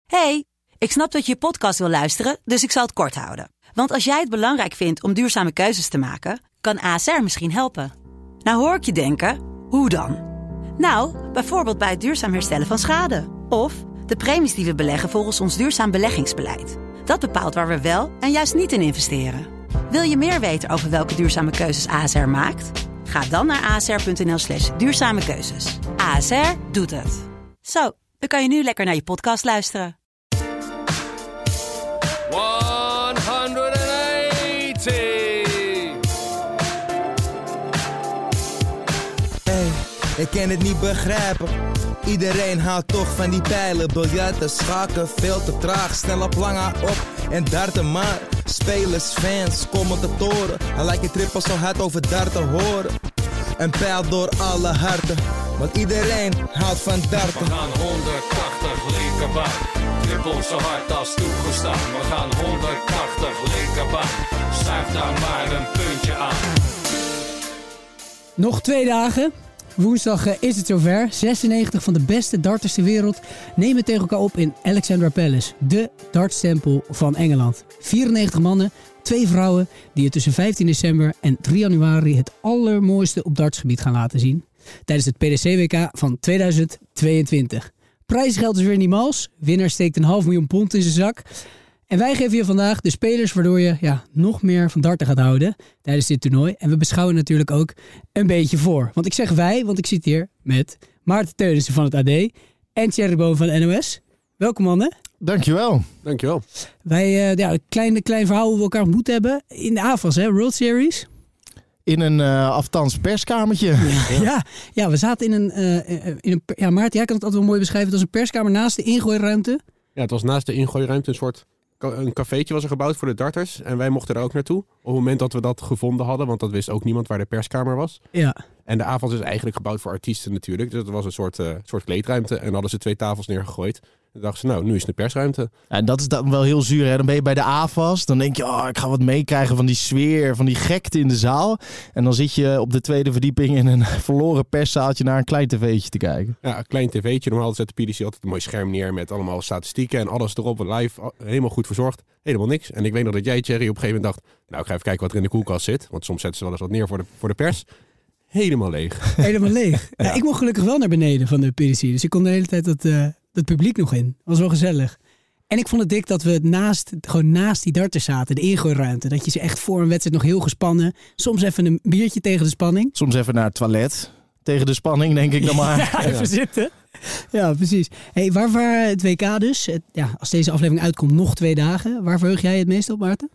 Hey, ik snap dat je je podcast wil luisteren, dus ik zal het kort houden. Want als jij het belangrijk vindt om duurzame keuzes te maken, kan ASR misschien helpen. Nou hoor ik je denken, hoe dan? Nou, bijvoorbeeld bij het duurzaam herstellen van schade. Of de premies die we beleggen volgens ons duurzaam beleggingsbeleid. Dat bepaalt waar we wel en juist niet in investeren. Wil je meer weten over welke duurzame keuzes ASR maakt? Ga dan naar asr.nl/duurzame keuzes. ASR doet het. Zo, dan kan je nu lekker naar je podcast luisteren. 180. Hey, ik kan het niet begrijpen. Iedereen houdt toch van die pijlen. Biljarten, schaken, veel te traag. Snel op lange op en darten maar. Spelers, fans, commentatoren. Hij lijkt je trippel zo hard over darten horen. Een pijl door alle harten. Want iedereen houdt van darten. We gaan 180 linkerbaan. Trippel zo hard als toegestaan. We gaan 180 linkerbaan. Schuif daar maar een puntje aan. Nog 2 dagen. Woensdag is het zover. 96 van de beste darters ter wereld nemen tegen elkaar op in Alexandra Palace. De dartstempel van Engeland. 94 mannen, 2 vrouwen die het tussen 15 december en 3 januari het allermooiste op dartsgebied gaan laten zien. Tijdens het PDC-WK van 2022. Prijsgeld is weer niet mals. Winnaar steekt £500.000 in zijn zak. En wij geven je vandaag de spelers waardoor je nog meer van darten gaat houden tijdens dit toernooi. En we beschouwen natuurlijk ook een beetje voor. Want ik zeg wij, want ik zit hier met Maarten Teunissen van het AD en Thierry Boom van de NOS. Welkom mannen. Dankjewel. Wij, een klein verhaal hoe we elkaar ontmoet hebben in de AFAS, hè, World Series. In een aftans perskamertje. Ja, we zaten in een Maarten, jij kan het altijd wel mooi beschrijven. Het was een perskamer naast de ingooiruimte. Ja, het was naast de ingooiruimte een cafeetje was er gebouwd voor de darters. En wij mochten er ook naartoe. Op het moment dat we dat gevonden hadden. Want dat wist ook niemand waar de perskamer was. Ja. En de AFAS is eigenlijk gebouwd voor artiesten natuurlijk. Dus het was een soort kleedruimte. En hadden ze 2 tafels neergegooid. En dachten ze, nu is het een persruimte. En dat is dan wel heel zuur. Hè? Dan ben je bij de AFAS. Dan denk je, ik ga wat meekrijgen van die sfeer, van die gekte in de zaal. En dan zit je op de 2e verdieping in een verloren perszaaltje naar een klein tv'tje te kijken. Ja, een klein tv'tje. Normaal zet de PDC altijd een mooi scherm neer met allemaal statistieken. En alles erop, live, helemaal goed verzorgd. Helemaal niks. En ik weet nog dat jij, Thierry, op een gegeven moment dacht, ik ga even kijken wat er in de koelkast zit. Want soms zetten ze wel eens wat neer voor de pers. Helemaal leeg. Helemaal leeg. Ja. Ik mocht gelukkig wel naar beneden van de PDC. Dus ik kon de hele tijd dat publiek nog in. Dat was wel gezellig. En ik vond het dik dat we naast die darters zaten. De ingooiruimte. Dat je ze echt voor een wedstrijd nog heel gespannen. Soms even een biertje tegen de spanning. Soms even naar het toilet. Tegen de spanning, denk ik dan maar. Even zitten. Ja, precies. Hey, waar het WK dus. Als deze aflevering uitkomt, nog 2 dagen. Waar verheug jij het meest op, Maarten?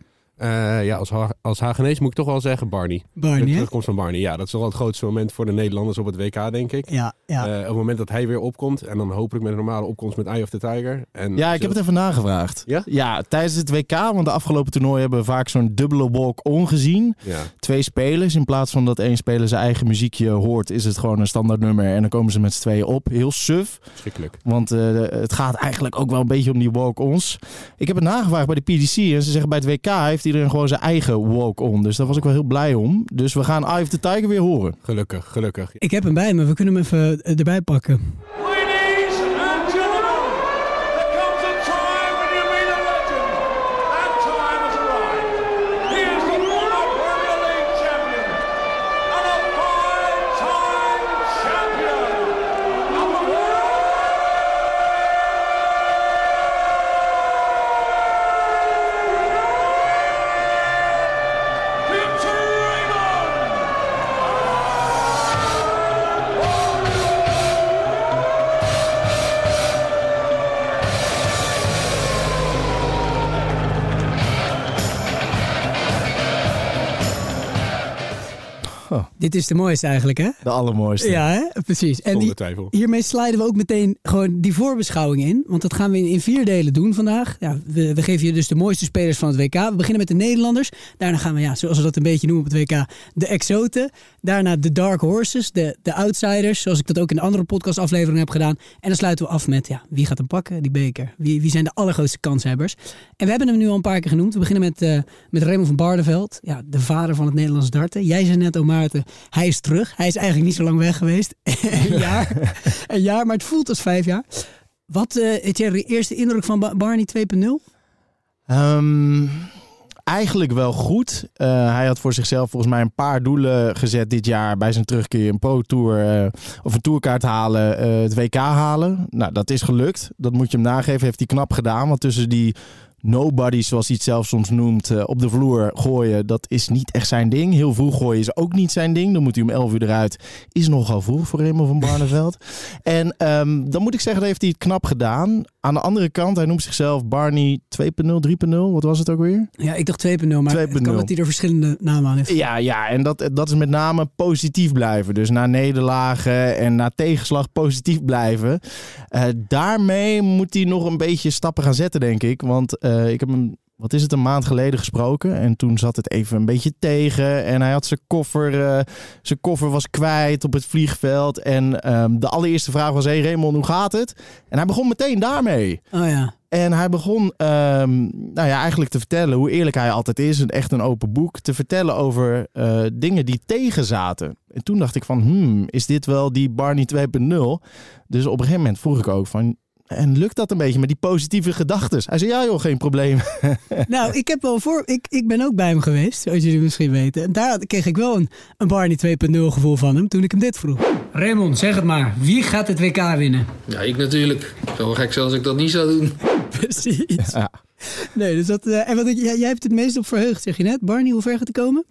Als Hagenees moet ik toch wel zeggen Barney. De terugkomst van Barney. Ja, dat is wel het grootste moment voor de Nederlanders op het WK, denk ik. Ja. Op het moment dat hij weer opkomt. En dan hopelijk met een normale opkomst met Eye of the Tiger. En ik heb het even nagevraagd. Ja? Ja, tijdens het WK, want de afgelopen toernooien hebben we vaak zo'n dubbele walk-on gezien. Ja. 2 spelers. In plaats van dat 1 speler zijn eigen muziekje hoort, is het gewoon een standaard nummer. En dan komen ze met z'n tweeën op. Heel suf. Schrikkelijk. Want het gaat eigenlijk ook wel een beetje om die walk-ons. Ik heb het nagevraagd bij de PDC. En ze zeggen bij het WK heeft iedereen gewoon zijn eigen walk-on. Dus daar was ik wel heel blij om. Dus we gaan Eye of the Tiger weer horen. Gelukkig. Ik heb hem bij me. We kunnen hem even erbij pakken. Ladies and gentlemen, there comes a time when you meet a legend. That time has arrived. He is the former Premier League champion and a 5-time champion of the world. Dit is de mooiste eigenlijk, hè? De allermooiste. Ja, hè? Precies. En Zonder twijfel. Hiermee sliden we ook meteen gewoon die voorbeschouwing in. Want dat gaan we in 4 delen doen vandaag. Ja, we geven je dus de mooiste spelers van het WK. We beginnen met de Nederlanders. Daarna gaan we, zoals we dat een beetje noemen op het WK, de exoten. Daarna de dark horses, de outsiders. Zoals ik dat ook in de andere podcastaflevering heb gedaan. En dan sluiten we af met, wie gaat hem pakken, die beker? Wie zijn de allergrootste kanshebbers? En we hebben hem nu al een paar keer genoemd. We beginnen met Raymond van Barneveld. Ja, de vader van het Nederlands darten. Jij zei net, Maarten, hij is terug. Hij is eigenlijk niet zo lang weg geweest. Een jaar, maar het voelt als 5 jaar. Wat, Thierry, eerste indruk van Barney 2.0? Eigenlijk wel goed. Hij had voor zichzelf volgens mij een paar doelen gezet dit jaar bij zijn terugkeer. Een Pro Tour of een tourkaart halen, het WK halen. Nou, dat is gelukt. Dat moet je hem nageven. Heeft hij knap gedaan. Want tussen die nobodies, zoals hij het zelf soms noemt, op de vloer gooien, dat is niet echt zijn ding. Heel vroeg gooien is ook niet zijn ding. Dan moet hij om 11 uur eruit. Is nogal vroeg voor Raymond van Barneveld. En dan moet ik zeggen, dat heeft hij het knap gedaan. Aan de andere kant, hij noemt zichzelf Barney 2.0, 3.0. Wat was het ook weer? Ja, ik dacht 2.0, maar het kan dat hij er verschillende namen aan heeft. Ja, en dat is met name positief blijven. Dus na nederlagen en na tegenslag positief blijven. Daarmee moet hij nog een beetje stappen gaan zetten, denk ik. Want ik heb hem, een maand geleden gesproken. En toen zat het even een beetje tegen. En hij had zijn koffer was kwijt op het vliegveld. En de allereerste vraag was, hey Raymond, hoe gaat het? En hij begon meteen daarmee. Oh ja. En hij begon eigenlijk te vertellen hoe eerlijk hij altijd is. Echt een open boek. Te vertellen over dingen die tegen zaten. En toen dacht ik van, is dit wel die Barney 2.0? Dus op een gegeven moment vroeg ik ook van, en lukt dat een beetje met die positieve gedachten? Hij zei, ja joh, geen probleem. Nou, ik ben ook bij hem geweest, zoals jullie misschien weten. En daar kreeg ik wel een Barney 2.0 gevoel van hem toen ik hem dit vroeg. Raymond, zeg het maar. Wie gaat het WK winnen? Ja, ik natuurlijk. Het zou wel gek zijn als ik dat niet zou doen. Precies. Ja. Nee, dus dat, jij hebt het meest op verheugd, zeg je net. Barney, hoe ver gaat hij komen?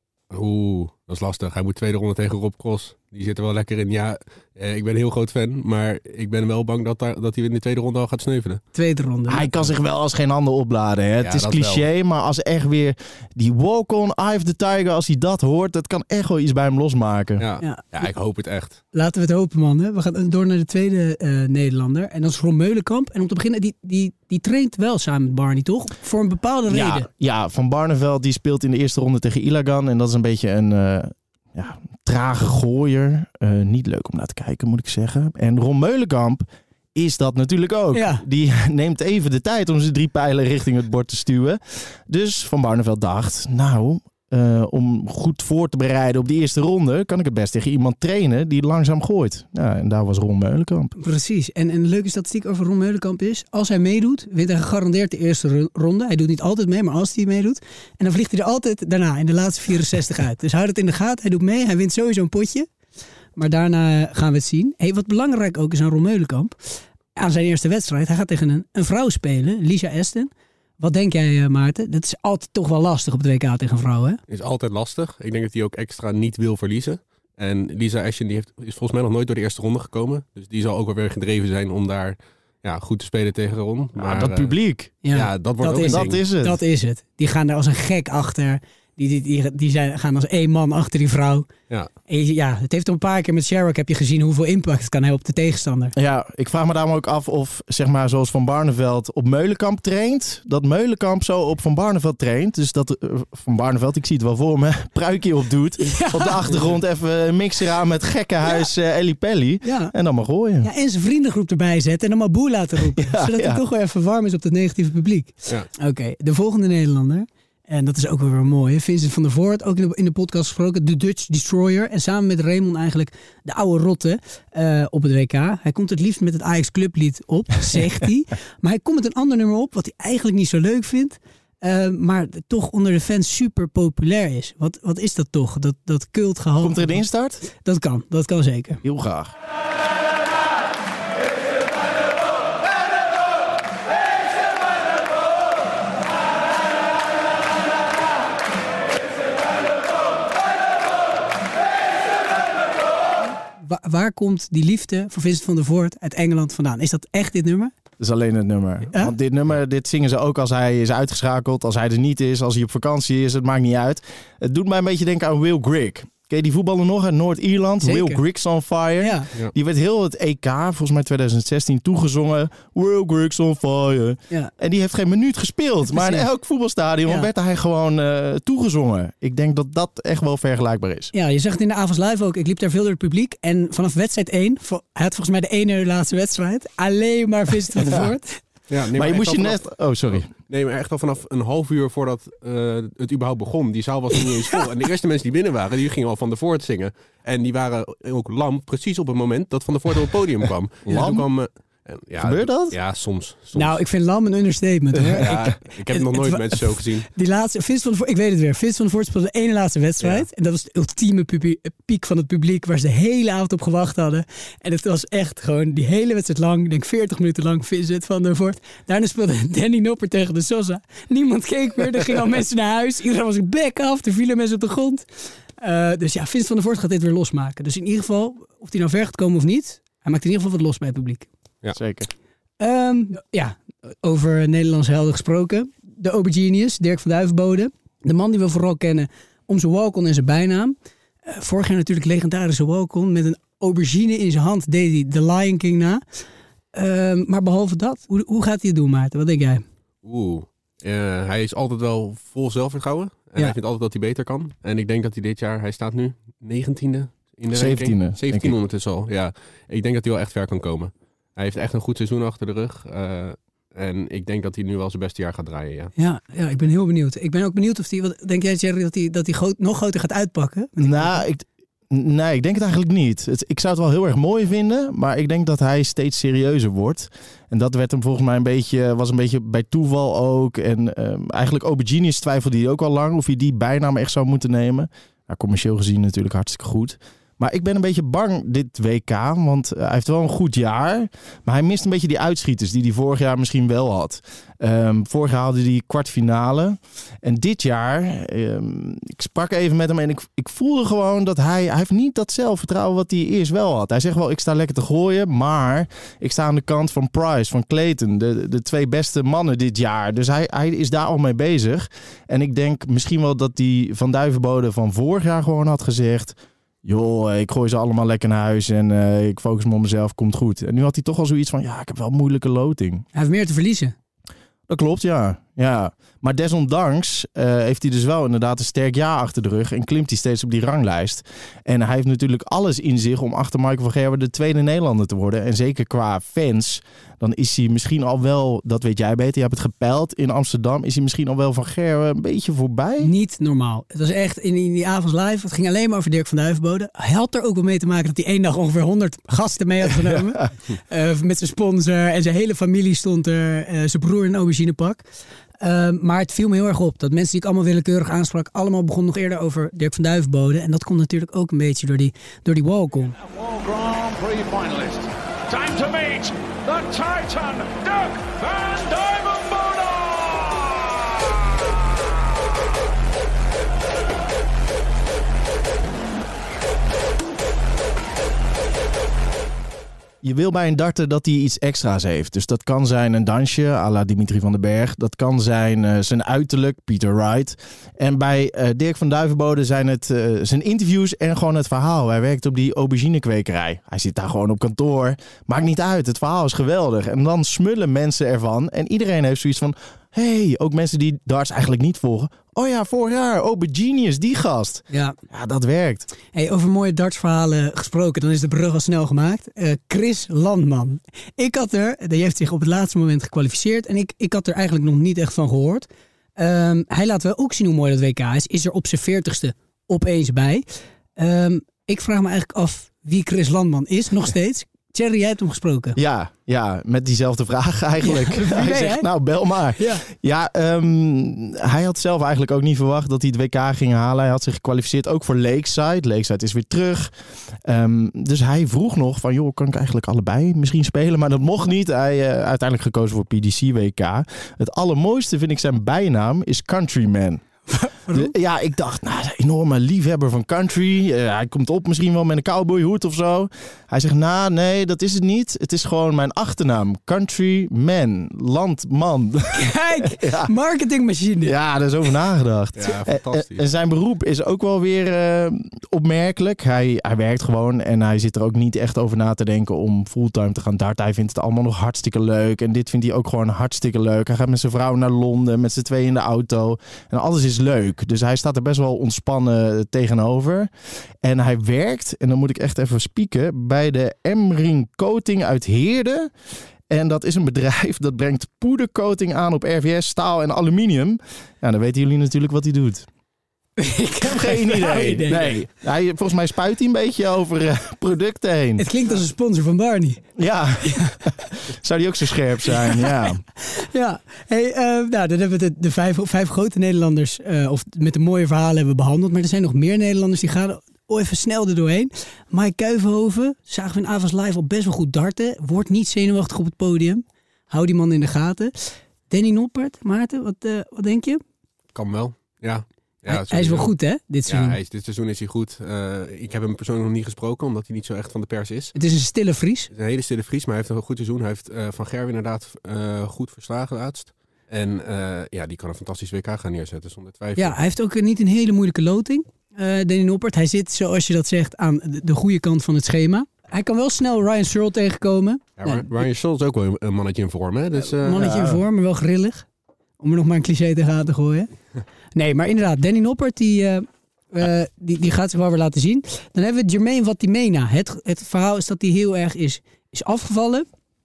Dat is lastig. Hij moet tweede ronde tegen Rob Cross. Die zit er wel lekker in. Ja, ik ben een heel groot fan. Maar ik ben wel bang dat hij in de tweede ronde al gaat sneuvelen. Tweede ronde. Hij kan zich wel als geen ander opladen. Hè? Het is cliché, wel. Maar als echt weer die walk-on, Eye of the Tiger, als hij dat hoort, dat kan echt wel iets bij hem losmaken. Ja, ik hoop het echt. Laten we het hopen, man. Hè? We gaan door naar de tweede Nederlander. En dat is Ron Meulenkamp. En om te beginnen, die traint wel samen met Barney, toch? Voor een bepaalde reden. Ja, Van Barneveld die speelt in de eerste ronde tegen Ilagan. En dat is een beetje een trage gooier. Niet leuk om naar te kijken, moet ik zeggen. En Ron Meulenkamp is dat natuurlijk ook. Ja. Die neemt even de tijd om zijn 3 pijlen richting het bord te stuwen. Dus Van Barneveld dacht, om goed voor te bereiden op de eerste ronde, kan ik het best tegen iemand trainen die langzaam gooit. Ja, en daar was Ron Meulenkamp. Precies. En een leuke statistiek over Ron Meulenkamp is, als hij meedoet, wint hij gegarandeerd de eerste ronde. Hij doet niet altijd mee, maar als hij meedoet. En dan vliegt hij er altijd daarna in de laatste 64 uit. Dus houd het in de gaten. Hij doet mee. Hij wint sowieso een potje. Maar daarna gaan we het zien. Hey, wat belangrijk ook is aan Ron Meulenkamp, aan zijn eerste wedstrijd, hij gaat tegen een vrouw spelen, Lisa Aston. Wat denk jij, Maarten? Dat is altijd toch wel lastig op het WK tegen vrouwen, hè? Is altijd lastig. Ik denk dat hij ook extra niet wil verliezen. En Lisa Aston is volgens mij nog nooit door de eerste ronde gekomen. Dus die zal ook wel weer gedreven zijn om daar goed te spelen tegen Ron. Maar dat publiek. Dat wordt ook een ding. Is het. Dat is het. Die gaan daar als een gek achter. Die gaan als één man achter die vrouw. Ja. En het heeft een paar keer met Sherrock heb je gezien hoeveel impact het kan hebben op de tegenstander. Ja, ik vraag me daarom ook af of, zeg maar, zoals Van Barneveld op Meulenkamp traint, dat Meulenkamp zo op Van Barneveld traint. Dus dat Van Barneveld, ik zie het wel voor me, pruikje op doet. Ja. Op de achtergrond even een mixer aan met gekkenhuis Ellie Pelly. Ja. En dan maar gooien. Ja, en zijn vriendengroep erbij zetten en dan maar boe laten roepen. Zodat hij toch wel even warm is op het negatieve publiek. Ja. Oké, de volgende Nederlander. En dat is ook weer mooi. Vincent van der Voort, ook in de podcast gesproken. De Dutch Destroyer. En samen met Raymond eigenlijk de oude rotte op het WK. Hij komt het liefst met het Ajax Clublied op, zegt hij. Maar hij komt met een ander nummer op, wat hij eigenlijk niet zo leuk vindt. Maar toch onder de fans super populair is. Wat is dat toch? Dat cultgehalte. Komt er een instart? Dat kan zeker. Heel graag. Waar komt die liefde voor Vincent van der Voort uit Engeland vandaan? Is dat echt dit nummer? Dat is alleen het nummer. Ja? Want dit zingen ze ook als hij is uitgeschakeld, als hij er niet is, als hij op vakantie is. Het maakt niet uit. Het doet mij een beetje denken aan Will Grigg. Ken je die voetballer nog uit Noord-Ierland? Zeker. Will Grigg's on Fire. Ja. Die werd heel het EK, volgens mij 2016, toegezongen. Will Grigg's on Fire. Ja. En die heeft geen minuut gespeeld. Maar in elk voetbalstadion werd hij gewoon toegezongen. Ik denk dat dat echt wel vergelijkbaar is. Ja, je zegt het in de Avonds Live ook. Ik liep daar veel door het publiek. En vanaf wedstrijd 1, hij had volgens mij de ene laatste wedstrijd. Alleen maar Vincent van der Voort. Ja, maar je moest je net... Oh, sorry. Nee, maar echt al vanaf een half uur voordat het überhaupt begon. Die zaal was nog niet eens vol. En de eerste mensen die binnen waren, die gingen al Van der Voort zingen. En die waren ook lam, precies op het moment dat Van der Voort op het podium kwam. Lam? En, ja, Gebeurt dat? Ja, soms. Nou, ik vind lam een understatement. Hoor. Ja, ik heb nog nooit mensen zo gezien. Die laatste, Vince van der Voort, ik weet het weer. Vince van der Voort speelde de ene laatste wedstrijd. Ja. En dat was de ultieme piek van het publiek waar ze de hele avond op gewacht hadden. En het was echt gewoon die hele wedstrijd lang, ik denk 40 minuten lang, Vincent van der Voort. Daarna speelde Danny Nopper tegen de Sosa. Niemand keek meer, er gingen al mensen naar huis. Iedereen was een bek af, er vielen mensen op de grond. Dus ja, Vince van der Voort gaat dit weer losmaken. Dus in ieder geval, of hij nou ver gaat komen of niet, hij maakt in ieder geval wat los bij het publiek. Ja, zeker. Over Nederlands helden gesproken. De Auberginius, Dirk van Duivenbode. De man die we vooral kennen om zijn walk-on en zijn bijnaam. Vorig jaar natuurlijk legendarische walk-on. Met een aubergine in zijn hand deed hij The Lion King na. Maar behalve dat, hoe gaat hij het doen, Maarten? Wat denk jij? Hij is altijd wel vol zelfvertrouwen. En hij vindt altijd dat hij beter kan. En ik denk dat hij dit jaar, hij staat nu 19e in de 17e ondertussen al. Ja, ik denk dat hij wel echt ver kan komen. Hij heeft echt een goed seizoen achter de rug. En ik denk dat hij nu wel zijn beste jaar gaat draaien. Ja, ik ben heel benieuwd. Ik ben ook benieuwd of hij, wat denk jij, Jerry, dat hij nog groter gaat uitpakken? Nee, ik denk het eigenlijk niet. Ik zou het wel heel erg mooi vinden, maar ik denk dat hij steeds serieuzer wordt. En dat werd hem volgens mij was een beetje bij toeval ook. En eigenlijk Auberginius twijfelde hij ook al lang of hij die bijnaam echt zou moeten nemen. Nou, commercieel gezien natuurlijk hartstikke goed. Maar ik ben een beetje bang dit WK, want hij heeft wel een goed jaar. Maar hij mist een beetje die uitschieters die hij vorig jaar misschien wel had. Vorig jaar haalde hij kwartfinale. En dit jaar, ik sprak even met hem en ik voelde gewoon dat hij heeft niet dat zelfvertrouwen wat hij eerst wel had. Hij zegt wel, ik sta lekker te gooien, maar ik sta aan de kant van Price, van Clayton. De twee beste mannen dit jaar. Dus hij is daar al mee bezig. En ik denk misschien wel dat die Van Duivenbode van vorig jaar gewoon had gezegd, joh, ik gooi ze allemaal lekker naar huis en ik focus me op mezelf, komt goed. En nu had hij toch al zoiets van, ja, ik heb wel een moeilijke loting. Hij heeft meer te verliezen. Dat klopt, ja. Maar desondanks heeft hij dus wel inderdaad een sterk jaar achter de rug en klimt hij steeds op die ranglijst. En hij heeft natuurlijk alles in zich om achter Michael van Gerwen de tweede Nederlander te worden. En zeker qua fans, dan is hij misschien al wel, dat weet jij beter, je hebt het gepeild in Amsterdam, is hij misschien al wel van Gerwen een beetje voorbij? Niet normaal. Het was echt in die avonds live, het ging alleen maar over Dirk van Duivenbode. Hij had er ook wel mee te maken dat hij één dag ongeveer 100 gasten mee had genomen. Met zijn sponsor en zijn hele familie stond er, zijn broer in een auberginepak. Maar het viel me heel erg op dat mensen die ik allemaal willekeurig aansprak, allemaal begon nog eerder over Dirk van Duivenbode. En dat komt natuurlijk ook een beetje door die walk-on. World Grand Prix finalist. Time to meet the Titan, Dirk van Duivenbode! Je wil bij een darter dat hij iets extra's heeft. Dus dat kan zijn een dansje, à la Dimitri van den Berg. Dat kan zijn zijn uiterlijk, Peter Wright. En bij Dirk van Duivenbode zijn het zijn interviews en gewoon het verhaal. Hij werkt op die auberginekwekerij. Hij zit daar gewoon op kantoor. Maakt niet uit, het verhaal is geweldig. En dan smullen mensen ervan. En iedereen heeft zoiets van, hey, ook mensen die darts eigenlijk niet volgen. Oh ja, vorig jaar, Auberginius, die gast. Ja, dat werkt. Hey, over mooie dartsverhalen gesproken, dan is de brug al snel gemaakt. Chris Landman. Die heeft zich op het laatste moment gekwalificeerd. En ik had er eigenlijk nog niet echt van gehoord. Hij laat wel ook zien hoe mooi dat WK is. Is er op zijn 40ste opeens bij. Ik vraag me eigenlijk af wie Chris Landman is, nog steeds. Thierry, jij hebt hem gesproken. Ja, met diezelfde vraag eigenlijk. Hij zegt, nou bel maar. Hij had zelf eigenlijk ook niet verwacht dat hij het WK ging halen. Hij had zich gekwalificeerd ook voor Lakeside. Lakeside is weer terug. Dus hij vroeg nog van, joh, kan ik eigenlijk allebei misschien spelen? Maar dat mocht niet. Hij uiteindelijk gekozen voor PDC WK. Het allermooiste vind ik zijn bijnaam is Countryman. Ja, ik dacht, nou, een enorme liefhebber van country. Hij komt op misschien wel met een cowboyhoed of zo. Hij zegt, nou, nee, dat is het niet. Het is gewoon mijn achternaam. Countryman. Landman. Kijk, marketingmachine. Ja, daar is over nagedacht. Ja, fantastisch. En zijn beroep is ook wel weer opmerkelijk. Hij werkt gewoon en hij zit er ook niet echt over na te denken om fulltime te gaan darten. Hij vindt het allemaal nog hartstikke leuk. En dit vindt hij ook gewoon hartstikke leuk. Hij gaat met zijn vrouw naar Londen, met z'n tweeën in de auto. En alles is leuk. Dus hij staat er best wel ontspannen tegenover. En hij werkt, en dan moet ik echt even spieken, bij de Emring Coating uit Heerde. En dat is een bedrijf dat brengt poedercoating aan op RVS, staal en aluminium. Ja, dan weten jullie natuurlijk wat hij doet. Ik heb geen idee. Nee. Volgens mij spuit hij een beetje over producten heen. Het klinkt als een sponsor van Barney. Ja. Zou die ook zo scherp zijn? Ja. Ja. Hey, dan hebben we de vijf grote Nederlanders... of met de mooie verhalen hebben we behandeld. Maar er zijn nog meer Nederlanders die gaan even snel er doorheen. Mike Kuivenhoven zagen we in Avas Live al best wel goed darten. Wordt niet zenuwachtig op het podium. Hou die man in de gaten. Danny Noppert, Maarten, wat denk je? Kan wel, ja. Hij is wel goed, hè, dit seizoen? Ja, dit seizoen is hij goed. Ik heb hem persoonlijk nog niet gesproken, omdat hij niet zo echt van de pers is. Het is een stille Fries. Het is een hele stille Fries, maar hij heeft een goed seizoen. Hij heeft Van Gerwen inderdaad goed verslagen laatst. En die kan een fantastisch WK gaan neerzetten, zonder twijfel. Ja, hij heeft ook niet een hele moeilijke loting, Danny Noppert. Hij zit, zoals je dat zegt, aan de goede kant van het schema. Hij kan wel snel Ryan Searle tegenkomen. Ja, Ryan Searle is ook wel een mannetje in vorm, hè? Dus, mannetje in vorm, maar wel grillig. Om er nog maar een cliché tegenaan te gooien. Nee, maar inderdaad, Danny Noppert, die gaat zich wel weer laten zien. Dan hebben we Jermaine Vatimena. Het verhaal is dat hij heel erg is afgevallen.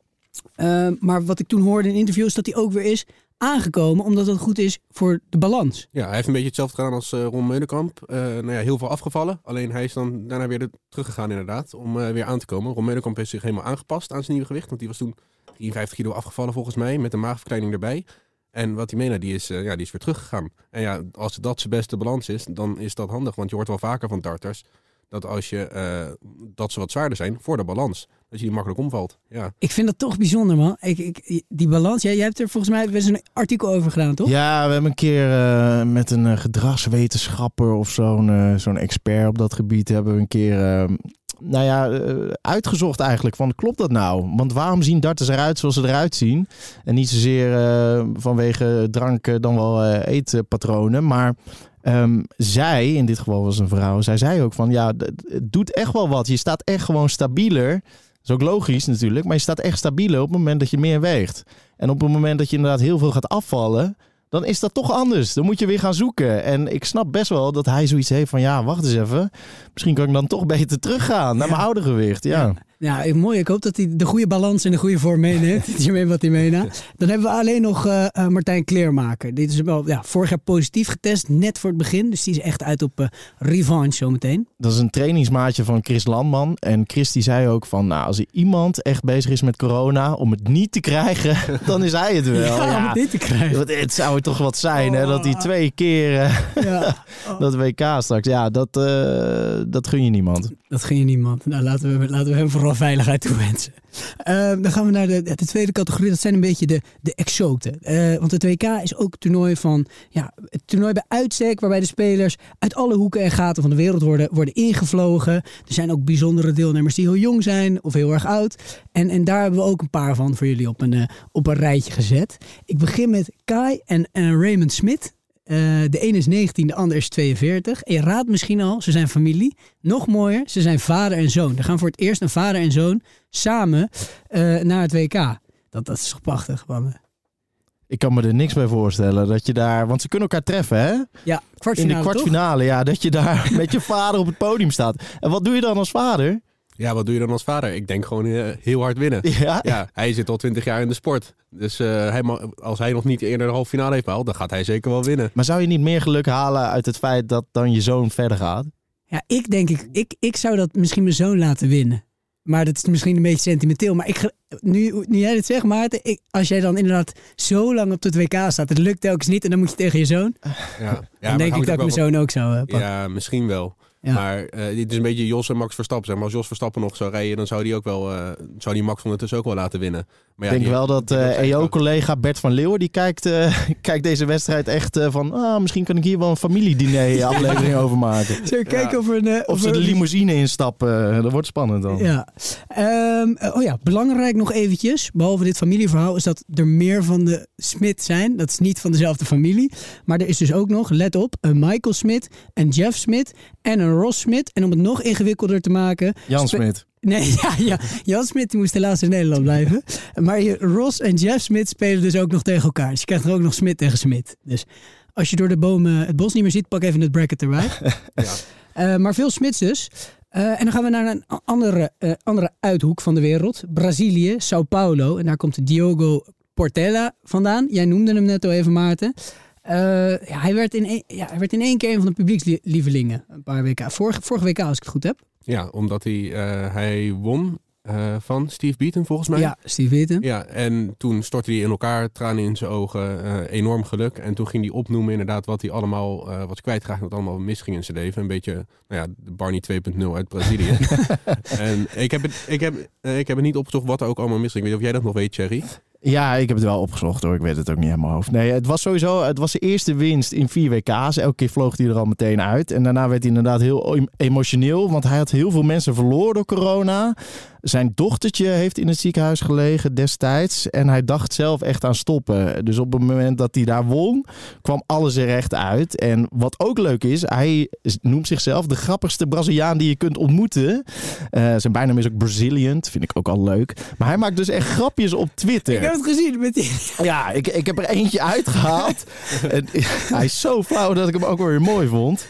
Maar wat ik toen hoorde in interviews, dat hij ook weer is aangekomen, omdat het goed is voor de balans. Ja, hij heeft een beetje hetzelfde gedaan als Ron Meulenkamp. Heel veel afgevallen. Alleen hij is dan daarna weer teruggegaan inderdaad, om weer aan te komen. Ron Meulenkamp heeft zich helemaal aangepast aan zijn nieuwe gewicht. Want die was toen 53 kilo afgevallen volgens mij, met een maagverkleining erbij. En Vatimena, die is weer teruggegaan. En ja, als dat zijn beste balans is, dan is dat handig. Want je hoort wel vaker van darters dat als je dat ze wat zwaarder zijn voor de balans, dat je die makkelijk omvalt. Ja. Ik vind dat toch bijzonder, man. Die balans, jij hebt er volgens mij best een artikel over gedaan, toch? Ja, we hebben een keer met een gedragswetenschapper of zo'n expert op dat gebied hebben we een keer uitgezocht eigenlijk van klopt dat nou? Want waarom zien darters eruit zoals ze eruit zien? En niet zozeer vanwege drank dan wel eetpatronen, maar zij, in dit geval was een vrouw, zij zei ook van het doet echt wel wat. Je staat echt gewoon stabieler. Dat is ook logisch natuurlijk, maar je staat echt stabieler op het moment dat je meer weegt. En op het moment dat je inderdaad heel veel gaat afvallen, dan is dat toch anders. Dan moet je weer gaan zoeken. En ik snap best wel dat hij zoiets heeft van wacht eens even. Misschien kan ik dan toch beter teruggaan naar mijn oude gewicht. Ja, mooi. Ik hoop dat hij de goede balans en de goede vorm meeneemt. Vatimena. Dan hebben we alleen nog Martijn Kleermaker. Dit is wel vorig jaar positief getest, net voor het begin. Dus die is echt uit op revanche zometeen. Dat is een trainingsmaatje van Chris Landman. En Chris die zei ook van, als er iemand echt bezig is met corona om het niet te krijgen, dan is hij het wel. Om het niet te krijgen. Het zou toch wat zijn, hè? Dat hij 2 keer dat WK straks. Ja, dat gun je niemand. Dat gun je niemand. Nou, laten we hem vooral veiligheid toewensen. Dan gaan we naar de tweede categorie. Dat zijn een beetje de exoten. Want het WK is ook een toernooi van het toernooi bij uitstek, waarbij de spelers uit alle hoeken en gaten van de wereld worden ingevlogen. Er zijn ook bijzondere deelnemers die heel jong zijn of heel erg oud. En daar hebben we ook een paar van voor jullie op een rijtje gezet. Ik begin met Kai en Raymond Smith. De ene is 19, de ander is 42. En je raadt misschien al, ze zijn familie. Nog mooier, ze zijn vader en zoon. Er gaan voor het eerst een vader en zoon samen naar het WK. Dat is toch prachtig, man. Ik kan me er niks bij voorstellen dat je daar, want ze kunnen elkaar treffen, hè? Ja, kwartfinale. In de kwartfinale, toch? Dat je daar met je vader op het podium staat. En wat doe je dan als vader? Ja, wat doe je dan als vader? Ik denk gewoon heel hard winnen. Ja, hij zit al 20 jaar in de sport. Dus als hij nog niet eerder de halve finale heeft behaald, dan gaat hij zeker wel winnen. Maar zou je niet meer geluk halen uit het feit dat dan je zoon verder gaat? Ja, ik zou dat misschien mijn zoon laten winnen. Maar dat is misschien een beetje sentimenteel. Maar nu jij dit zegt, Maarten, als jij dan inderdaad zo lang op het WK staat, het lukt telkens niet en dan moet je tegen je zoon. Dan denk ik dat ik mijn zoon ook zou pakken. Ja, misschien wel. Ja. Maar dit is een beetje Jos en Max Verstappen. Zeg maar als Jos Verstappen nog zou rijden, dan zou die ook wel zou die Max ondertussen ook wel laten winnen. Maar ik denk wel dat EO-collega Bert van Leeuwen, die kijkt deze wedstrijd echt van, misschien kan ik hier wel een familiediner aflevering over maken. Zullen we kijken of ze de limousine instappen? Dat wordt spannend dan. Ja. Belangrijk nog eventjes, behalve dit familieverhaal, is dat er meer van de Smith zijn. Dat is niet van dezelfde familie. Maar er is dus ook nog, let op, een Michael Smith, een Jeff Smith en een Ross Smith. En om het nog ingewikkelder te maken... Jan Smith. Nee, Jan Smith die moest helaas in Nederland blijven. Maar Ross en Jeff Smith spelen dus ook nog tegen elkaar. Dus je krijgt er ook nog Smith tegen Smith. Dus als je door de bomen het bos niet meer ziet, pak even het bracket erbij. Maar veel Smiths dus. En dan gaan we naar een andere uithoek van de wereld. Brazilië, Sao Paulo. En daar komt Diogo Portela vandaan. Jij noemde hem net al even, Maarten. Hij werd in één keer een van de publiekslievelingen. Een paar WK. Vorige WK, als ik het goed heb. Ja, omdat hij won van Steve Beaton volgens mij. Ja, Steve Beaton. Ja, en toen stortte hij in elkaar, tranen in zijn ogen, enorm geluk. En toen ging hij opnoemen inderdaad wat hij allemaal was kwijtgeraakt, wat allemaal misging in zijn leven. Een beetje, de Barney 2.0 uit Brazilië. En ik heb het niet opgezocht wat er ook allemaal misging. Ik weet niet of jij dat nog weet, Thierry. Ja, ik heb het wel opgezocht hoor. Ik weet het ook niet uit mijn hoofd. Nee, het was de eerste winst in 4 WK's. Elke keer vloog hij er al meteen uit. En daarna werd hij inderdaad heel emotioneel. Want hij had heel veel mensen verloren door corona. Zijn dochtertje heeft in het ziekenhuis gelegen destijds. En hij dacht zelf echt aan stoppen. Dus op het moment dat hij daar won, kwam alles er echt uit. En wat ook leuk is, hij noemt zichzelf de grappigste Braziliaan die je kunt ontmoeten. Zijn bijnaam is ook Brazilian. Dat vind ik ook al leuk. Maar hij maakt dus echt grapjes op Twitter. Ik heb het gezien met die... Ja, ik heb er eentje uitgehaald. En hij is zo flauw dat ik hem ook wel weer mooi vond.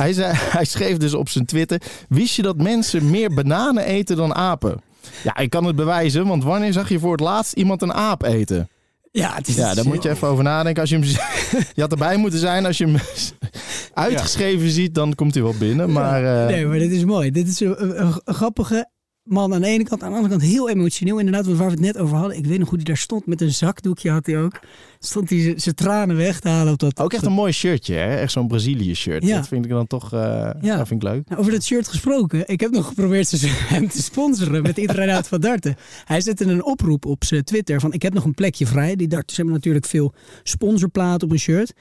Hij schreef dus op zijn Twitter: wist je dat mensen meer bananen eten dan apen? Ja, ik kan het bewijzen, want wanneer zag je voor het laatst iemand een aap eten? Ja, daar moet je even over nadenken. Als je je had erbij moeten zijn. Als je hem uitgeschreven ziet, dan komt hij wel binnen. Maar, Nee, maar dit is mooi. Dit is een grappige man aan de ene kant. Aan de andere kant heel emotioneel. Inderdaad, waar we het net over hadden. Ik weet nog hoe hij daar stond. Met een zakdoekje had hij ook. Stond hij zijn tranen weg te halen. Op dat, ook echt een mooi shirtje, hè? Echt zo'n Brazilië shirt. Ja. Dat vind ik dan toch dat vind ik leuk. Nou, over dat shirt gesproken. Ik heb nog geprobeerd hem te sponsoren met iedereen uit van darten. Hij zette een oproep op zijn Twitter van: ik heb nog een plekje vrij. Die darters hebben natuurlijk veel sponsorplaten op een shirt.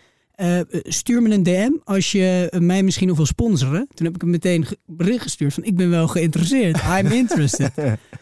Stuur me een DM als je mij misschien nog wil sponsoren. Toen heb ik hem meteen bericht gestuurd van: ik ben wel geïnteresseerd. I'm interested.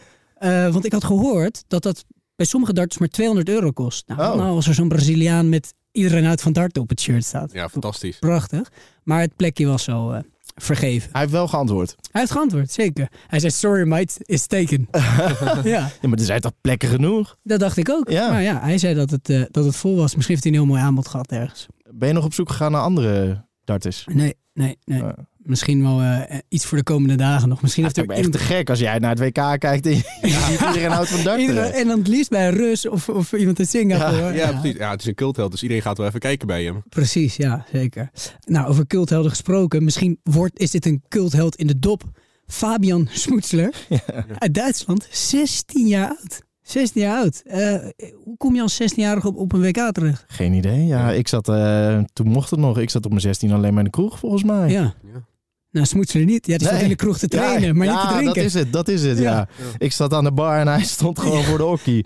Want ik had gehoord dat bij sommige darters maar €200 kost. Nou, als er zo'n Braziliaan met iedereen uit van darten op het shirt staat. Ja, fantastisch. Prachtig. Maar het plekje was zo vergeven. Hij heeft wel geantwoord. Hij heeft geantwoord, zeker. Hij zei: sorry mate, it's taken. Ja, maar er zijn toch plekken genoeg? Dat dacht ik ook. Ja. Maar ja, hij zei dat het vol was. Misschien heeft hij een heel mooi aanbod gehad ergens. Ben je nog op zoek gegaan naar andere darters? Nee. Misschien wel iets voor de komende dagen nog. Misschien heeft er echt te gek als jij naar het WK kijkt en je ziet iedereen houdt van darten. En dan het liefst bij een Rus of iemand uit Singapore. Ja, precies. Ja, het is een cultheld, dus iedereen gaat wel even kijken bij hem. Precies, ja, zeker. Nou, over culthelden gesproken. Misschien is dit een cultheld in de dop. Fabian Schmutzler uit Duitsland. 16 jaar oud. 16 jaar oud. Hoe kom je als 16-jarige op een WK terecht? Geen idee. Ja, ik zat, toen mocht het nog. Ik zat op mijn 16 alleen maar in de kroeg, volgens mij. Ja. Nou, Smoetsler niet. Ja, die stond in de kroeg te trainen, maar niet te drinken. Dat is het. Ja. Ik zat aan de bar en hij stond gewoon voor de hockey.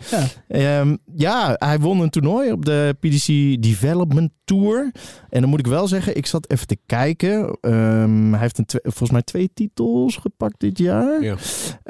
Hij won een toernooi op de PDC Development Tour. En dan moet ik wel zeggen, ik zat even te kijken. Hij heeft volgens mij 2 titels gepakt dit jaar. Ja.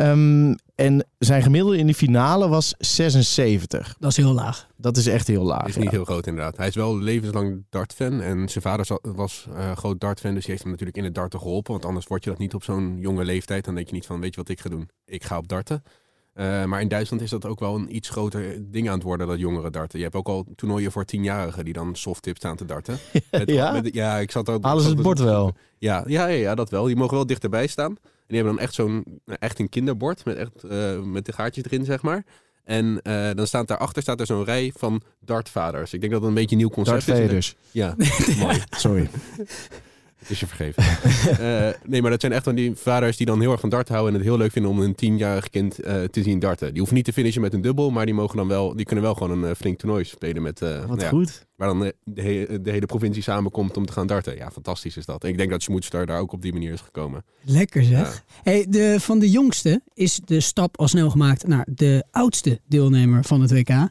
En zijn gemiddelde in de finale was 76. Dat is heel laag. Dat is echt heel laag. Dat is niet heel groot inderdaad. Hij is wel levenslang dartfan. En zijn vader was groot dartfan. Dus die heeft hem natuurlijk in het darten geholpen. Want anders word je dat niet op zo'n jonge leeftijd. Dan denk je niet van, weet je wat ik ga doen? Ik ga op darten. Maar in Duitsland is dat ook wel een iets groter ding aan het worden, dat jongeren darten. Je hebt ook al toernooien voor 10-jarigen die dan softtip staan te darten. Ik zat ook. Halen ze het bord wel? Ja, dat wel. Die mogen wel dichterbij staan. En die hebben dan echt een kinderbord met de gaatjes erin, zeg maar. En dan staat daarachter zo'n rij van dartvaders. Ik denk dat dat een beetje een nieuw concept is. Ja, mooi. Sorry. Het is je vergeven. Nee, maar dat zijn echt van die vaders die dan heel erg van darten houden en het heel leuk vinden om een 10-jarig kind te zien darten. Die hoeven niet te finishen met een dubbel, maar die kunnen wel gewoon een flink toernooi spelen met. Wat goed. Waar dan de hele provincie samenkomt om te gaan darten. Ja, fantastisch is dat. En ik denk dat Schmutzler daar ook op die manier is gekomen. Lekker zeg. Ja. Hey, van de jongste is de stap al snel gemaakt naar de oudste deelnemer van het WK.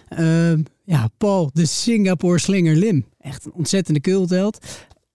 Paul, de Singapore Slinger Lim. Echt een ontzettende cultheld.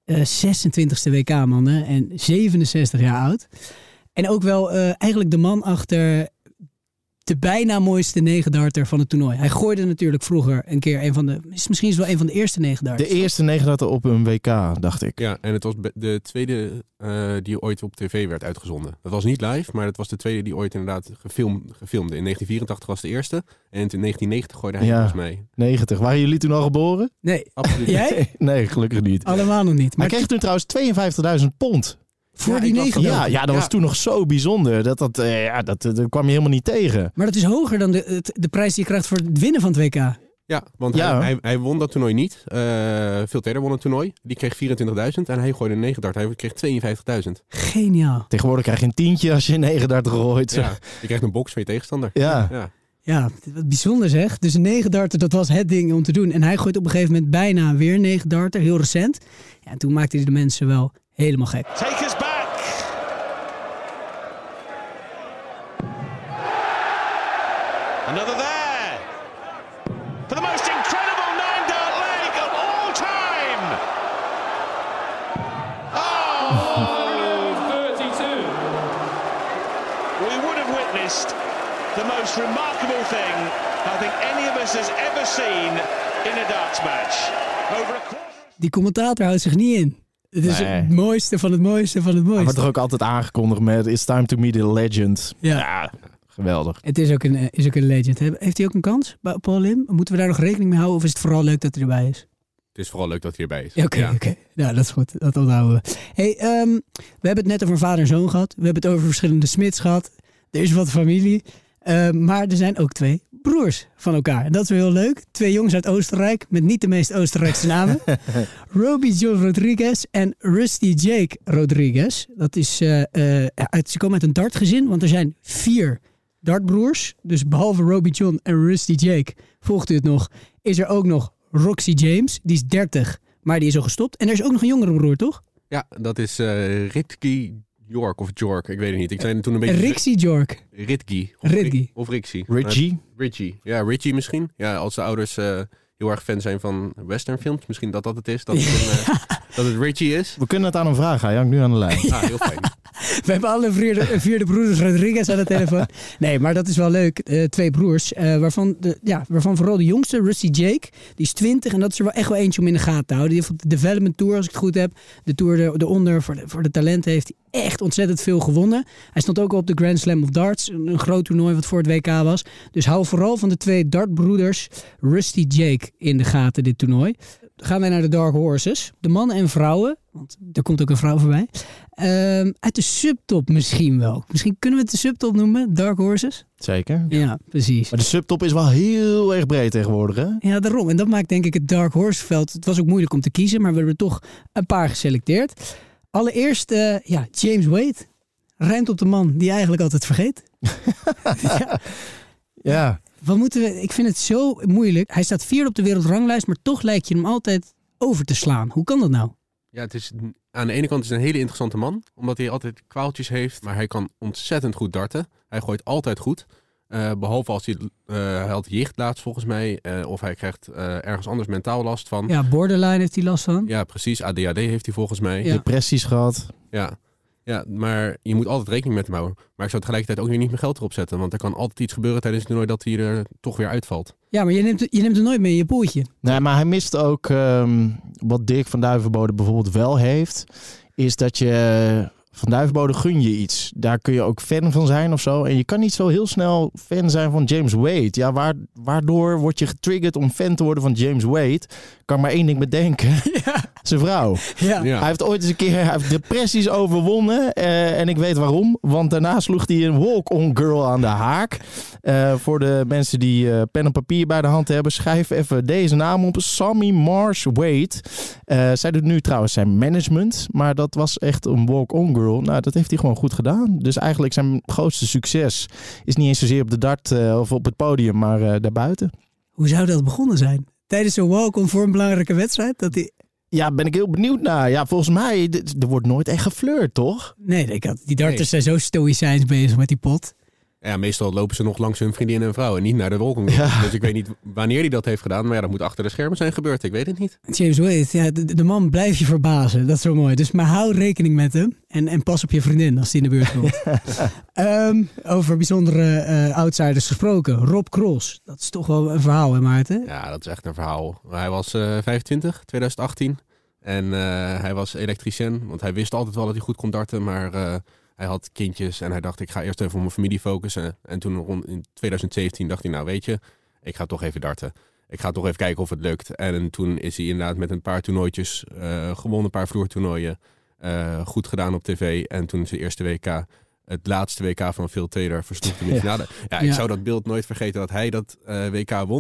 26e WK mannen en 67 jaar oud. En ook wel eigenlijk de man achter de bijna mooiste 9-darter van het toernooi. Hij gooide natuurlijk vroeger een keer misschien wel een van de eerste 9-darters. De eerste 9-darter op een WK, dacht ik. Ja, en het was de tweede die ooit op tv werd uitgezonden. Dat was niet live, maar het was de tweede die ooit inderdaad gefilmde. In 1984 was de eerste en in 1990 gooide hij volgens mij. 90. Waren jullie toen al geboren? Nee. Absoluut. Jij? Nee, gelukkig niet. Allemaal nog niet. Maar hij kreeg toen trouwens 52.000 pond. Voor die 9 dat was toen nog zo bijzonder. Dat kwam je helemaal niet tegen. Maar dat is hoger dan de prijs die je krijgt voor het winnen van het WK. Ja, want hij won dat toernooi niet. Phil Taylor won het toernooi. Die kreeg 24.000 en hij gooide een 9 dart. Hij kreeg 52.000. Geniaal. Tegenwoordig krijg je een tientje als je een 9 dart gooit. Ja, je krijgt een box van je tegenstander. Ja. Ja, wat bijzonder zeg. Dus een 9 darter, dat was het ding om te doen. En hij gooit op een gegeven moment bijna weer een 9 darter, heel recent. Ja, en toen maakte hij de mensen wel helemaal gek. Take us back. Another there. For the most incredible 9-dart leg of all time. Oh! 32. We would have witnessed the most remarkable thing I think any of us has ever seen in a darts match. Over a quarter. Die commentator houdt zich niet in. Het is het mooiste van het mooiste van het mooiste. Hij wordt er ook altijd aangekondigd met It's time to meet a legend. Ja. Geweldig. Het is ook een legend. Heeft hij ook een kans, Paul Lim? Moeten we daar nog rekening mee houden of is het vooral leuk dat hij erbij is? Het is vooral leuk dat hij erbij is. Oké. Nou, dat is goed. Dat onthouden we. Hey, we hebben het net over vader en zoon gehad. We hebben het over verschillende Smits gehad. Er is wat familie. Maar er zijn ook 2 broers van elkaar. En dat is wel heel leuk. 2 jongens uit Oostenrijk met niet de meest Oostenrijkse namen. Robbie John Rodriguez en Rusty Jake Rodriguez. Dat is, ze komen uit een dartgezin, want er zijn 4 dartbroers. Dus behalve Robbie John en Rusty Jake, volgt u het nog, is er ook nog Roxy James. Die is 30, maar die is al gestopt. En er is ook nog een jongere broer, toch? Ja, dat is Ritki York of Jork, ik weet het niet. Ik zei toen een beetje... Rixie Jork. Ritki. Of Rixie. Richie. Ja, Richie misschien. Ja, als de ouders heel erg fan zijn van westernfilms. Misschien dat het is. Dat het Richie is. We kunnen het aan hem vragen. Hij hangt nu aan de lijn. Heel fijn. We hebben alle vierde broeders Rodriguez aan de telefoon. Nee, maar dat is wel leuk. 2 broers. Waarvan vooral de jongste, Rusty Jake, die is 20. En dat is er wel echt wel eentje om in de gaten te houden. Die heeft op de Development Tour, als ik het goed heb. De Tour eronder voor de talenten heeft hij echt ontzettend veel gewonnen. Hij stond ook op de Grand Slam of Darts. Een groot toernooi wat voor het WK was. Dus hou vooral van de 2 dartbroeders Rusty Jake in de gaten dit toernooi. Gaan wij naar de Dark Horses. De mannen en vrouwen, want er komt ook een vrouw voorbij. Uit de subtop misschien wel. Misschien kunnen we het de subtop noemen, Dark Horses. Zeker. Ja, precies. Maar de subtop is wel heel erg breed tegenwoordig, hè? Ja, daarom. En dat maakt denk ik het Dark Horse veld. Het was ook moeilijk om te kiezen, maar we hebben er toch een paar geselecteerd. Allereerst, James Wade. Rijmt op de man die je eigenlijk altijd vergeet. Ja. Wat moeten we... Ik vind het zo moeilijk. Hij staat 4 op de wereldranglijst, maar toch lijkt je hem altijd over te slaan. Hoe kan dat nou? Ja, het is aan de ene kant is het een hele interessante man, omdat hij altijd kwaaltjes heeft, maar hij kan ontzettend goed darten. Hij gooit altijd goed. Behalve als hij had jicht laatst volgens mij, of hij krijgt ergens anders mentaal last van. Ja, borderline heeft hij last van. Ja, precies. ADHD heeft hij volgens mij. Ja. Depressies gehad. Ja, maar je moet altijd rekening met hem houden. Maar ik zou tegelijkertijd ook weer niet meer geld erop zetten. Want er kan altijd iets gebeuren tijdens het toernooi dat hij er toch weer uitvalt. Ja, maar je neemt er nooit mee in je poeltje. Nee, maar hij mist ook wat Dirk van Duivenbode bijvoorbeeld wel heeft. Is dat je... Van Duivenbode gun je iets. Daar kun je ook fan van zijn of zo. En je kan niet zo heel snel fan zijn van James Wade. Ja, waardoor word je getriggerd om fan te worden van James Wade? Kan maar één ding bedenken. Ja. Zijn vrouw. Ja. Hij heeft ooit eens een keer depressies overwonnen. En ik weet waarom. Want daarna sloeg hij een walk-on girl aan de haak. Voor de mensen die pen en papier bij de hand hebben. Schrijf even deze naam op. Sammy Marsh Wade. Zij doet nu trouwens zijn management. Maar dat was echt een walk-on girl. Nou, dat heeft hij gewoon goed gedaan. Dus eigenlijk zijn grootste succes is niet eens zozeer op de dart of op het podium, maar daarbuiten. Hoe zou dat begonnen zijn? Tijdens een walk-on voor een belangrijke wedstrijd? Dat hij... Ja, ben ik heel benieuwd naar. Ja, volgens mij, er wordt nooit echt geflirt, toch? Nee, die darters zijn zo stoïcijns bezig met die pot. Ja, meestal lopen ze nog langs hun vriendin en vrouw en niet naar de walk-on. Ja. Dus ik weet niet wanneer hij dat heeft gedaan. Maar ja, dat moet achter de schermen zijn gebeurd. Ik weet het niet. James Wade, ja, de man blijft je verbazen. Dat is zo mooi. Dus maar hou rekening met hem. En pas op je vriendin als die in de buurt komt. Over bijzondere outsiders gesproken. Rob Cross. Dat is toch wel een verhaal, hè Maarten? Ja, dat is echt een verhaal. Hij was 25, 2018. En hij was elektricien. Want hij wist altijd wel dat hij goed kon darten. Maar... hij had kindjes en hij dacht, ik ga eerst even op mijn familie focussen. En toen in 2017 dacht hij, nou weet je, ik ga toch even darten. Ik ga toch even kijken of het lukt. En toen is hij inderdaad met een paar toernooitjes gewonnen, een paar vloertoernooien. Goed gedaan op tv. En toen zijn eerste WK, het laatste WK van Phil Taylor, versloeg hij in de finale. Ja, ik zou dat beeld nooit vergeten dat hij dat WK won.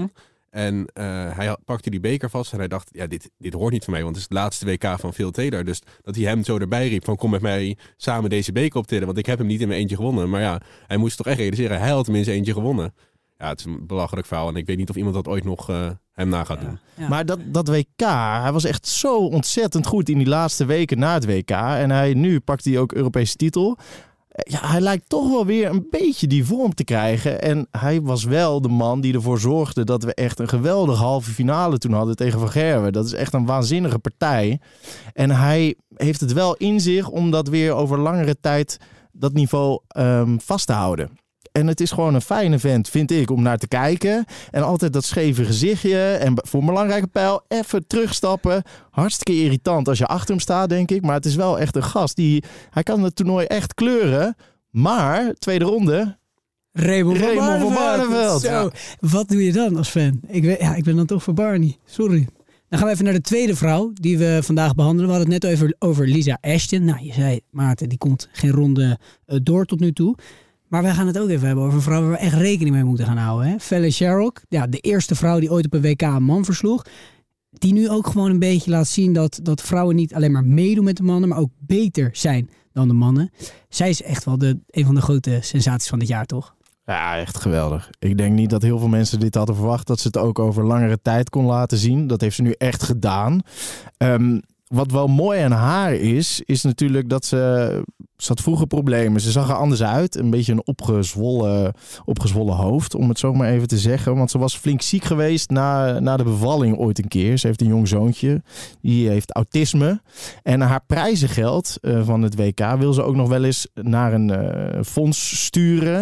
En hij pakte die beker vast en hij dacht, ja, dit hoort niet van mij, want het is het laatste WK van Phil Taylor. Dus dat hij hem zo erbij riep van kom met mij samen deze beker optillen, want ik heb hem niet in mijn eentje gewonnen. Maar ja, hij moest toch echt realiseren, hij had hem in zijn eentje gewonnen. Ja, het is een belachelijk verhaal en ik weet niet of iemand dat ooit nog hem na gaat doen. Ja. Maar dat WK, hij was echt zo ontzettend goed in die laatste weken na het WK. En nu pakt hij ook Europese titel. Ja, hij lijkt toch wel weer een beetje die vorm te krijgen. En hij was wel de man die ervoor zorgde dat we echt een geweldige halve finale toen hadden tegen Van Gerwen. Dat is echt een waanzinnige partij. En hij heeft het wel in zich om dat weer over langere tijd dat niveau vast te houden. En het is gewoon een fijne vent, vind ik, om naar te kijken. En altijd dat scheve gezichtje. En voor een belangrijke pijl even terugstappen. Hartstikke irritant als je achter hem staat, denk ik. Maar het is wel echt een gast. Hij kan het toernooi echt kleuren. Maar, tweede ronde, Raymond van Barneveld. Zo, Ja. wat doe je dan als fan? Ik ben dan toch voor Barney. Sorry. Dan gaan we even naar de tweede vrouw die we vandaag behandelen. We hadden het net over Lisa Ashton. Nou, je zei, Maarten, die komt geen ronde door tot nu toe. Maar wij gaan het ook even hebben over een vrouw waar we echt rekening mee moeten gaan houden. Hè? Fallon Sherrock, ja, de eerste vrouw die ooit op een WK een man versloeg. Die nu ook gewoon een beetje laat zien dat vrouwen niet alleen maar meedoen met de mannen, maar ook beter zijn dan de mannen. Zij is echt wel een van de grote sensaties van dit jaar, toch? ja, echt geweldig. Ik denk niet dat heel veel mensen dit hadden verwacht. Dat ze het ook over langere tijd kon laten zien. Dat heeft ze nu echt gedaan. Wat wel mooi aan haar is natuurlijk dat ze had vroeger problemen. Ze zag er anders uit. Een beetje een opgezwollen hoofd, om het zo maar even te zeggen. Want ze was flink ziek geweest na de bevalling ooit een keer. Ze heeft een jong zoontje. Die heeft autisme. En haar prijzengeld van het WK wil ze ook nog wel eens naar een fonds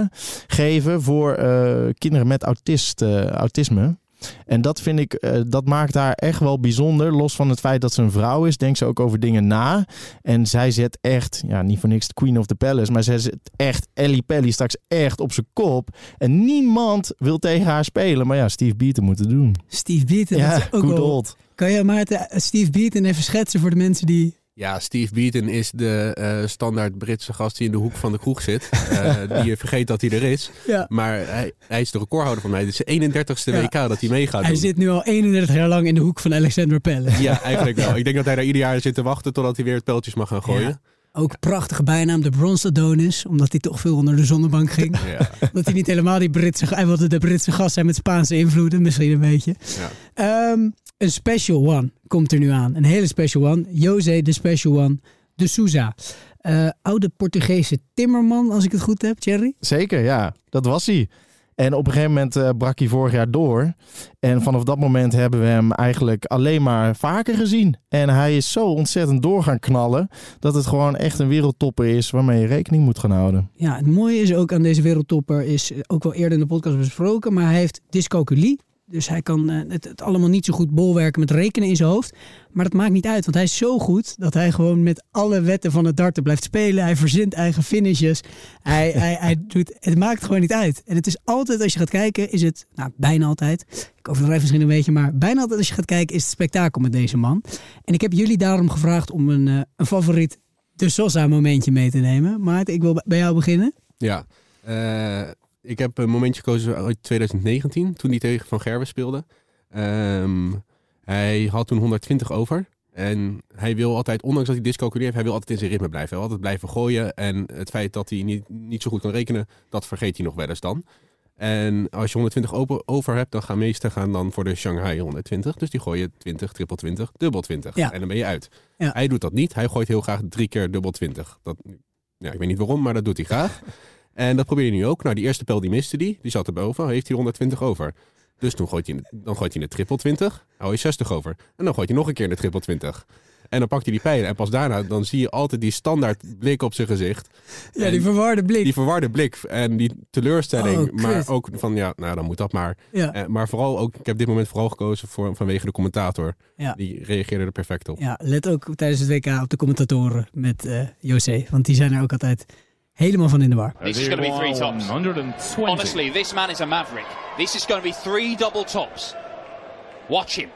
geven voor kinderen met autisme. En dat vind ik, dat maakt haar echt wel bijzonder. Los van het feit dat ze een vrouw is, denkt ze ook over dingen na. En zij zet echt, ja, niet voor niks de Queen of the Palace, maar zij zet echt Ellie Pelly straks echt op zijn kop. En niemand wil tegen haar spelen. Maar ja, Steve Beaton moet het doen. Steve Beaton, Ja, dat is ook good wel... old. Kan je Maarten Steve Beaton even schetsen voor de mensen die... Ja, Steve Beaton is de standaard Britse gast die in de hoek van de kroeg zit. Die je vergeet dat hij er is. Ja. Maar hij is de recordhouder van mij. Dit is de 31ste WK dat hij meegaat Hij doen. zit nu al 31 jaar lang in de hoek van Alexander Pelle. Ja, eigenlijk wel. Ik denk dat hij daar ieder jaar zit te wachten totdat hij weer het pijltjes mag gaan gooien. Ja. Ook prachtige bijnaam, de Bronze Adonis. Omdat hij toch veel onder de zonnebank ging. Ja. Dat hij niet helemaal hij wilde de Britse gast zijn met Spaanse invloeden. Misschien een beetje. Ja. Een special one komt er nu aan. Een hele special one. José de special one de Sousa. Oude Portugese timmerman, als ik het goed heb, Thierry. Zeker, ja. Dat was hij. En op een gegeven moment brak hij vorig jaar door. En vanaf dat moment hebben we hem eigenlijk alleen maar vaker gezien. En hij is zo ontzettend door gaan knallen dat het gewoon echt een wereldtopper is waarmee je rekening moet gaan houden. Ja, het mooie is ook aan deze wereldtopper, is ook wel eerder in de podcast besproken, maar hij heeft dyscalculie. Dus hij kan het allemaal niet zo goed bolwerken met rekenen in zijn hoofd. Maar dat maakt niet uit, want hij is zo goed dat hij gewoon met alle wetten van het darten blijft spelen. Hij verzint eigen finishes. Hij doet, het maakt gewoon niet uit. En het is altijd, als je gaat kijken, is het, nou bijna altijd. Ik overdrijf misschien een beetje, maar bijna altijd als je gaat kijken is het spektakel met deze man. En ik heb jullie daarom gevraagd om een favoriet de Sosa momentje mee te nemen. Maarten, ik wil bij jou beginnen. Ja, ik heb een momentje gekozen uit 2019, toen hij tegen Van Gerwen speelde. Hij had toen 120 over. En hij wil altijd, ondanks dat hij dyscalculeert, hij wil altijd in zijn ritme blijven. Hij wil altijd blijven gooien. En het feit dat hij niet zo goed kan rekenen, dat vergeet hij nog wel eens dan. En als je 120 over hebt, dan gaan meesten dan voor de Shanghai 120. Dus die gooien 20, triple 20, dubbel 20. Ja. En dan ben je uit. Ja. Hij doet dat niet. Hij gooit heel graag 3 keer dubbel 20. Ik weet niet waarom, maar dat doet hij graag. En dat probeer je nu ook. Nou, die eerste pijl die miste die zat erboven. Heeft hij 120 over. Dus toen gooit hij in de triple 20. Hou je 60 over. En dan gooit hij nog een keer in de triple 20. En dan pakt hij die pijlen. En pas daarna, dan zie je altijd die standaard blik op zijn gezicht. Ja, en die verwarde blik. Die verwarde blik en die teleurstelling. Oh, maar ook van, ja, nou dan moet dat maar. Ja. Maar vooral ook, ik heb dit moment vooral gekozen vanwege de commentator. Ja. Die reageerde er perfect op. Ja, let ook tijdens het WK op de commentatoren met José. Want die zijn er ook altijd helemaal van in de war. This is going to be 3 tops. 120. Honestly, this man is a maverick. This is going to be 3 double tops. Watch him.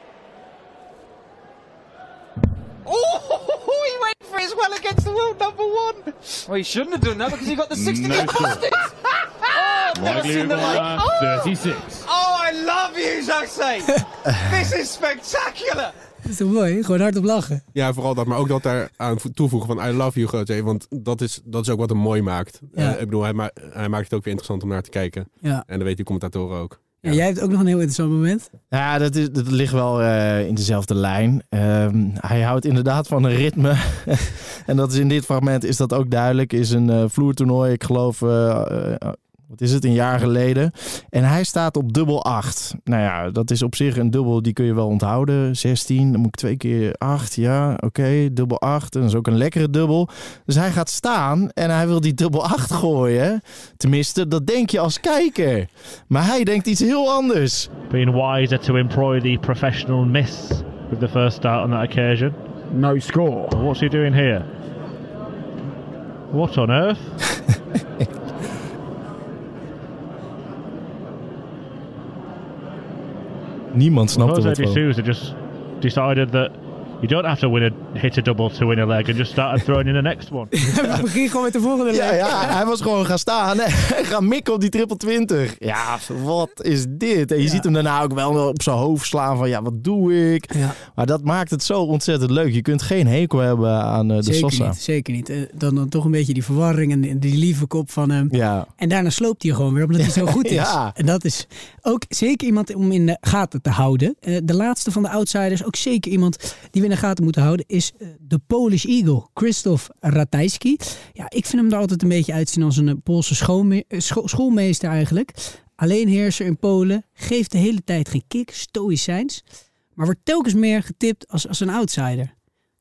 Oh, he went for it as well against the world number 1. Well, he shouldn't have done that because he got the 60. Oh, I've never seen the like. 36. Oh, I love you, zou ik zeggen. This is spectacular. Dat is toch mooi? Gewoon hardop lachen. Ja, vooral dat, maar ook dat daar aan toevoegen van I love you, Jose. Want dat is ook wat hem mooi maakt. Ja. Ik bedoel, hij maakt het ook weer interessant om naar te kijken. Ja. En dat weten die commentatoren ook. Ja, jij hebt ook nog een heel interessant moment. Ja, dat ligt wel in dezelfde lijn. Hij houdt inderdaad van een ritme. En dat is in dit fragment is dat ook duidelijk. Is een vloertoernooi, ik geloof, wat is het, een jaar geleden. En hij staat op dubbel 8. Nou ja, dat is op zich een dubbel, die kun je wel onthouden. 16, dan moet ik 2 keer 8. Ja, oké, dubbel 8. En dat is ook een lekkere dubbel. Dus hij gaat staan en hij wil die dubbel 8 gooien. Tenminste, dat denk je als kijker. Maar hij denkt iets heel anders. Being wiser to employ the professional miss with the first start on that occasion. No score. What's he doing here? What on earth? Niemand snapt er wat Jose van. D'Souza just decided that you don't have to hit a double to win a leg and just started throwing in the next one. We beginnen gewoon met de volgende leg. Ja, hij was gewoon gaan staan en gaan mikken op die triple 20. Ja, wat is dit? En je ziet hem daarna ook wel op zijn hoofd slaan van ja, wat doe ik? Ja. Maar dat maakt het zo ontzettend leuk. Je kunt geen hekel hebben aan de Sosa. Zeker niet. Dan toch een beetje die verwarring en die lieve kop van hem. Ja. En daarna sloopt hij gewoon weer, omdat hij zo goed is. Ja. En dat is ook zeker iemand om in de gaten te houden. De laatste van de outsiders, ook zeker iemand die we in de gaten moeten houden, is de Polish Eagle, Krzysztof Ratajski. Ja, ik vind hem er altijd een beetje uitzien als een Poolse schoolmeester eigenlijk. Alleenheerser in Polen, geeft de hele tijd geen kick, stoïcijns. Maar wordt telkens meer getipt als een outsider.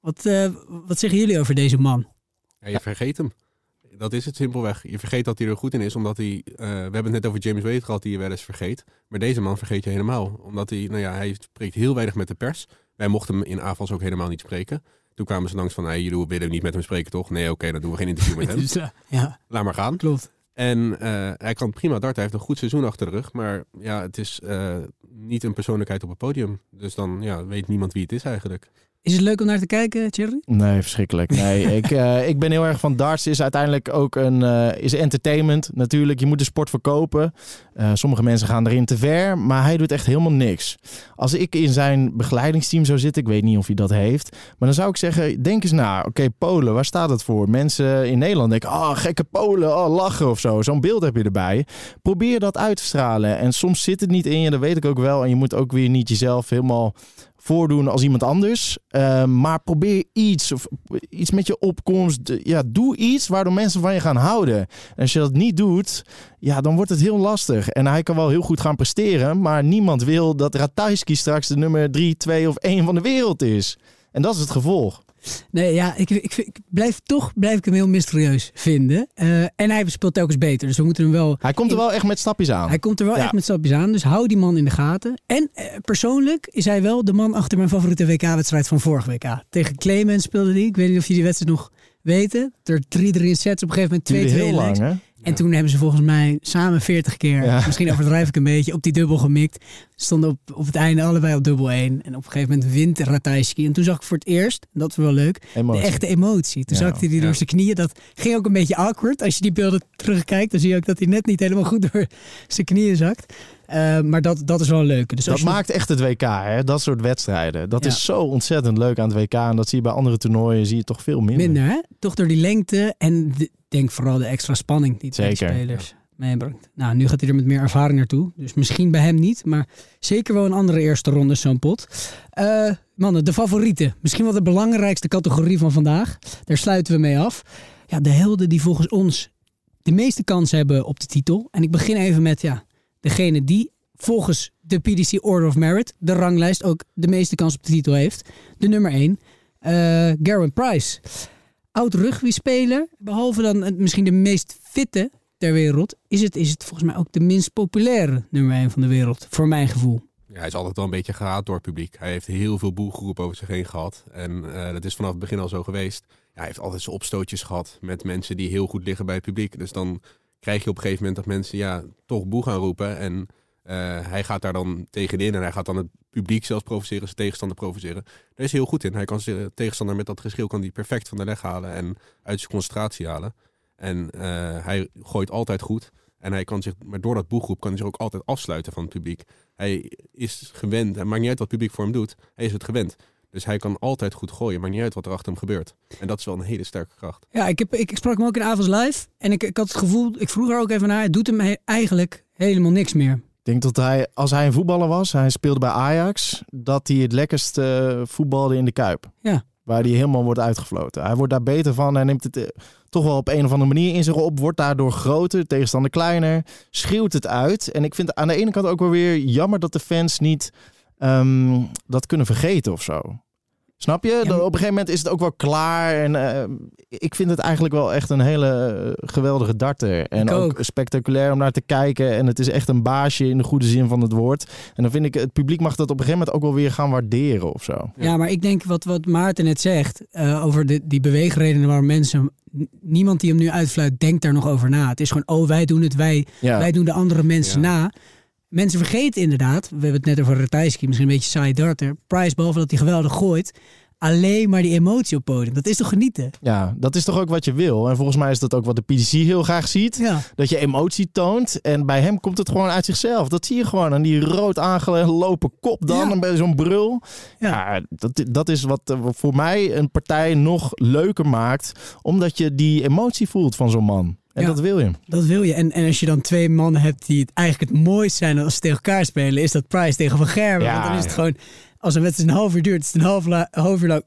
Wat zeggen jullie over deze man? Ja, je vergeet hem. Dat is het simpelweg. Je vergeet dat hij er goed in is, omdat hij... we hebben het net over James Wade gehad, die je wel eens vergeet. Maar deze man vergeet je helemaal. Omdat hij spreekt heel weinig met de pers. Wij mochten hem in AFAS ook helemaal niet spreken. Toen kwamen ze langs van, jullie willen niet met hem spreken, toch? Nee, oké, dan doen we geen interview met hem. Dus, ja. Laat maar gaan. Klopt. En hij kan prima darten. Hij heeft een goed seizoen achter de rug. Maar ja, het is niet een persoonlijkheid op het podium. Dus dan weet niemand wie het is eigenlijk. Is het leuk om naar te kijken, Thierry? Nee, verschrikkelijk. Nee, ik ben heel erg van darts. Is uiteindelijk ook is entertainment natuurlijk. Je moet de sport verkopen. Sommige mensen gaan erin te ver, maar hij doet echt helemaal niks. Als ik in zijn begeleidingsteam zou zitten, ik weet niet of hij dat heeft, maar dan zou ik zeggen, denk eens na. Oké, Polen, waar staat het voor? Mensen in Nederland denken, gekke Polen, lachen of zo. Zo'n beeld heb je erbij. Probeer dat uit te stralen. En soms zit het niet in je, dat weet ik ook wel. En je moet ook weer niet jezelf helemaal voordoen als iemand anders. Maar probeer iets met je opkomst. Doe iets waardoor mensen van je gaan houden. En als je dat niet doet, dan wordt het heel lastig. En hij kan wel heel goed gaan presteren, maar niemand wil dat Ratajski straks de nummer 3, 2 of 1 van de wereld is. En dat is het gevolg. Nee, ja, ik blijf ik hem heel mysterieus vinden. En hij speelt telkens beter, dus we moeten hem wel... Hij komt er wel echt met stapjes aan. Hij komt er wel echt met stapjes aan, dus hou die man in de gaten. En persoonlijk is hij wel de man achter mijn favoriete WK-wedstrijd van vorig WK. Tegen Clemens speelde hij. Ik weet niet of jullie die wedstrijd nog weten. Er 3-3 in sets, op een gegeven moment 2-2 heel lang, hè? En toen hebben ze volgens mij samen 40 keer, misschien overdrijf ik een beetje, op die dubbel gemikt. Stonden op het einde allebei op dubbel 1. En op een gegeven moment wint Ratajski. En toen zag ik voor het eerst, en dat was wel leuk, de echte emotie. Toen zakte hij door zijn knieën. Dat ging ook een beetje awkward. Als je die beelden terugkijkt, dan zie je ook dat hij net niet helemaal goed door zijn knieën zakt. Maar dat is wel een leuke. Dus dat maakt echt het WK, hè? Dat soort wedstrijden. Dat is zo ontzettend leuk aan het WK. En dat zie je bij andere toernooien zie je toch veel minder. Minder, hè? Toch door die lengte en denk vooral de extra spanning die het bij de spelers meebrengt. Nou, nu gaat hij er met meer ervaring naartoe. Dus misschien bij hem niet, maar zeker wel een andere eerste ronde zo'n pot. Mannen, de favorieten. Misschien wel de belangrijkste categorie van vandaag. Daar sluiten we mee af. Ja, de helden die volgens ons de meeste kans hebben op de titel. En ik begin even met degene die volgens de PDC Order of Merit, de ranglijst, ook de meeste kans op de titel heeft. De nummer 1, Gerwyn Price. Oud rugbyspeler, behalve dan misschien de meest fitte ter wereld, is het volgens mij ook de minst populaire nummer 1 van de wereld, voor mijn gevoel. Ja, hij is altijd wel een beetje gehaat door het publiek. Hij heeft heel veel boelgeroep over zich heen gehad. En dat is vanaf het begin al zo geweest. Ja, hij heeft altijd zijn opstootjes gehad met mensen die heel goed liggen bij het publiek. Dus dan krijg je op een gegeven moment dat mensen toch boe gaan roepen. En hij gaat daar dan tegenin en hij gaat dan het publiek zelfs provoceren, zijn tegenstander provoceren. Daar is hij heel goed in. Hij kan zijn tegenstander met dat geschil perfect van de leg halen en uit zijn concentratie halen. En hij gooit altijd goed. En hij kan zich, maar door dat boeggroep kan hij zich ook altijd afsluiten van het publiek. Hij is gewend, het maakt niet uit wat het publiek voor hem doet. Hij is het gewend. Dus hij kan altijd goed gooien, maakt niet uit wat er achter hem gebeurt. En dat is wel een hele sterke kracht. Ja, ik sprak hem ook in Avonds Live. En ik had het gevoel, ik vroeg er ook even naar, het doet hem eigenlijk helemaal niks meer. Ik denk dat hij, als hij een voetballer was, hij speelde bij Ajax, dat hij het lekkerst voetbalde in de Kuip. Ja. Waar hij helemaal wordt uitgefloten. Hij wordt daar beter van. Hij neemt het toch wel op een of andere manier in zich op. Wordt daardoor groter, tegenstander kleiner. Schreeuwt het uit. En ik vind het aan de ene kant ook wel weer jammer dat de fans niet dat kunnen vergeten of zo. Snap je? Ja, Op een gegeven moment is het ook wel klaar. En ik vind het eigenlijk wel echt een hele geweldige darter. En ook spectaculair om naar te kijken. En het is echt een baasje in de goede zin van het woord. En dan vind ik, het publiek mag dat op een gegeven moment ook wel weer gaan waarderen of zo. Ja, maar ik denk wat Maarten net zegt over die beweegredenen waarom mensen, niemand die hem nu uitfluit, denkt daar nog over na. Het is gewoon, wij doen het, wij doen de andere mensen na. Mensen vergeten inderdaad, we hebben het net over Ratajski, misschien een beetje saai darter. Price, behalve dat hij geweldig gooit, alleen maar die emotie op podium. Dat is toch genieten? Ja, dat is toch ook wat je wil. En volgens mij is dat ook wat de PDC heel graag ziet. Ja. Dat je emotie toont. En bij hem komt het gewoon uit zichzelf. Dat zie je gewoon aan die rood aangelopen kop dan. En bij zo'n brul. Ja, dat is wat voor mij een partij nog leuker maakt. Omdat je die emotie voelt van zo'n man. En dat wil je. Dat wil je. En als je dan twee mannen hebt die het eigenlijk het mooist zijn als ze tegen elkaar spelen, is dat Price tegen Van Gerwen. Want dan is het gewoon, als een wedstrijd een half uur duurt, is het een half uur lang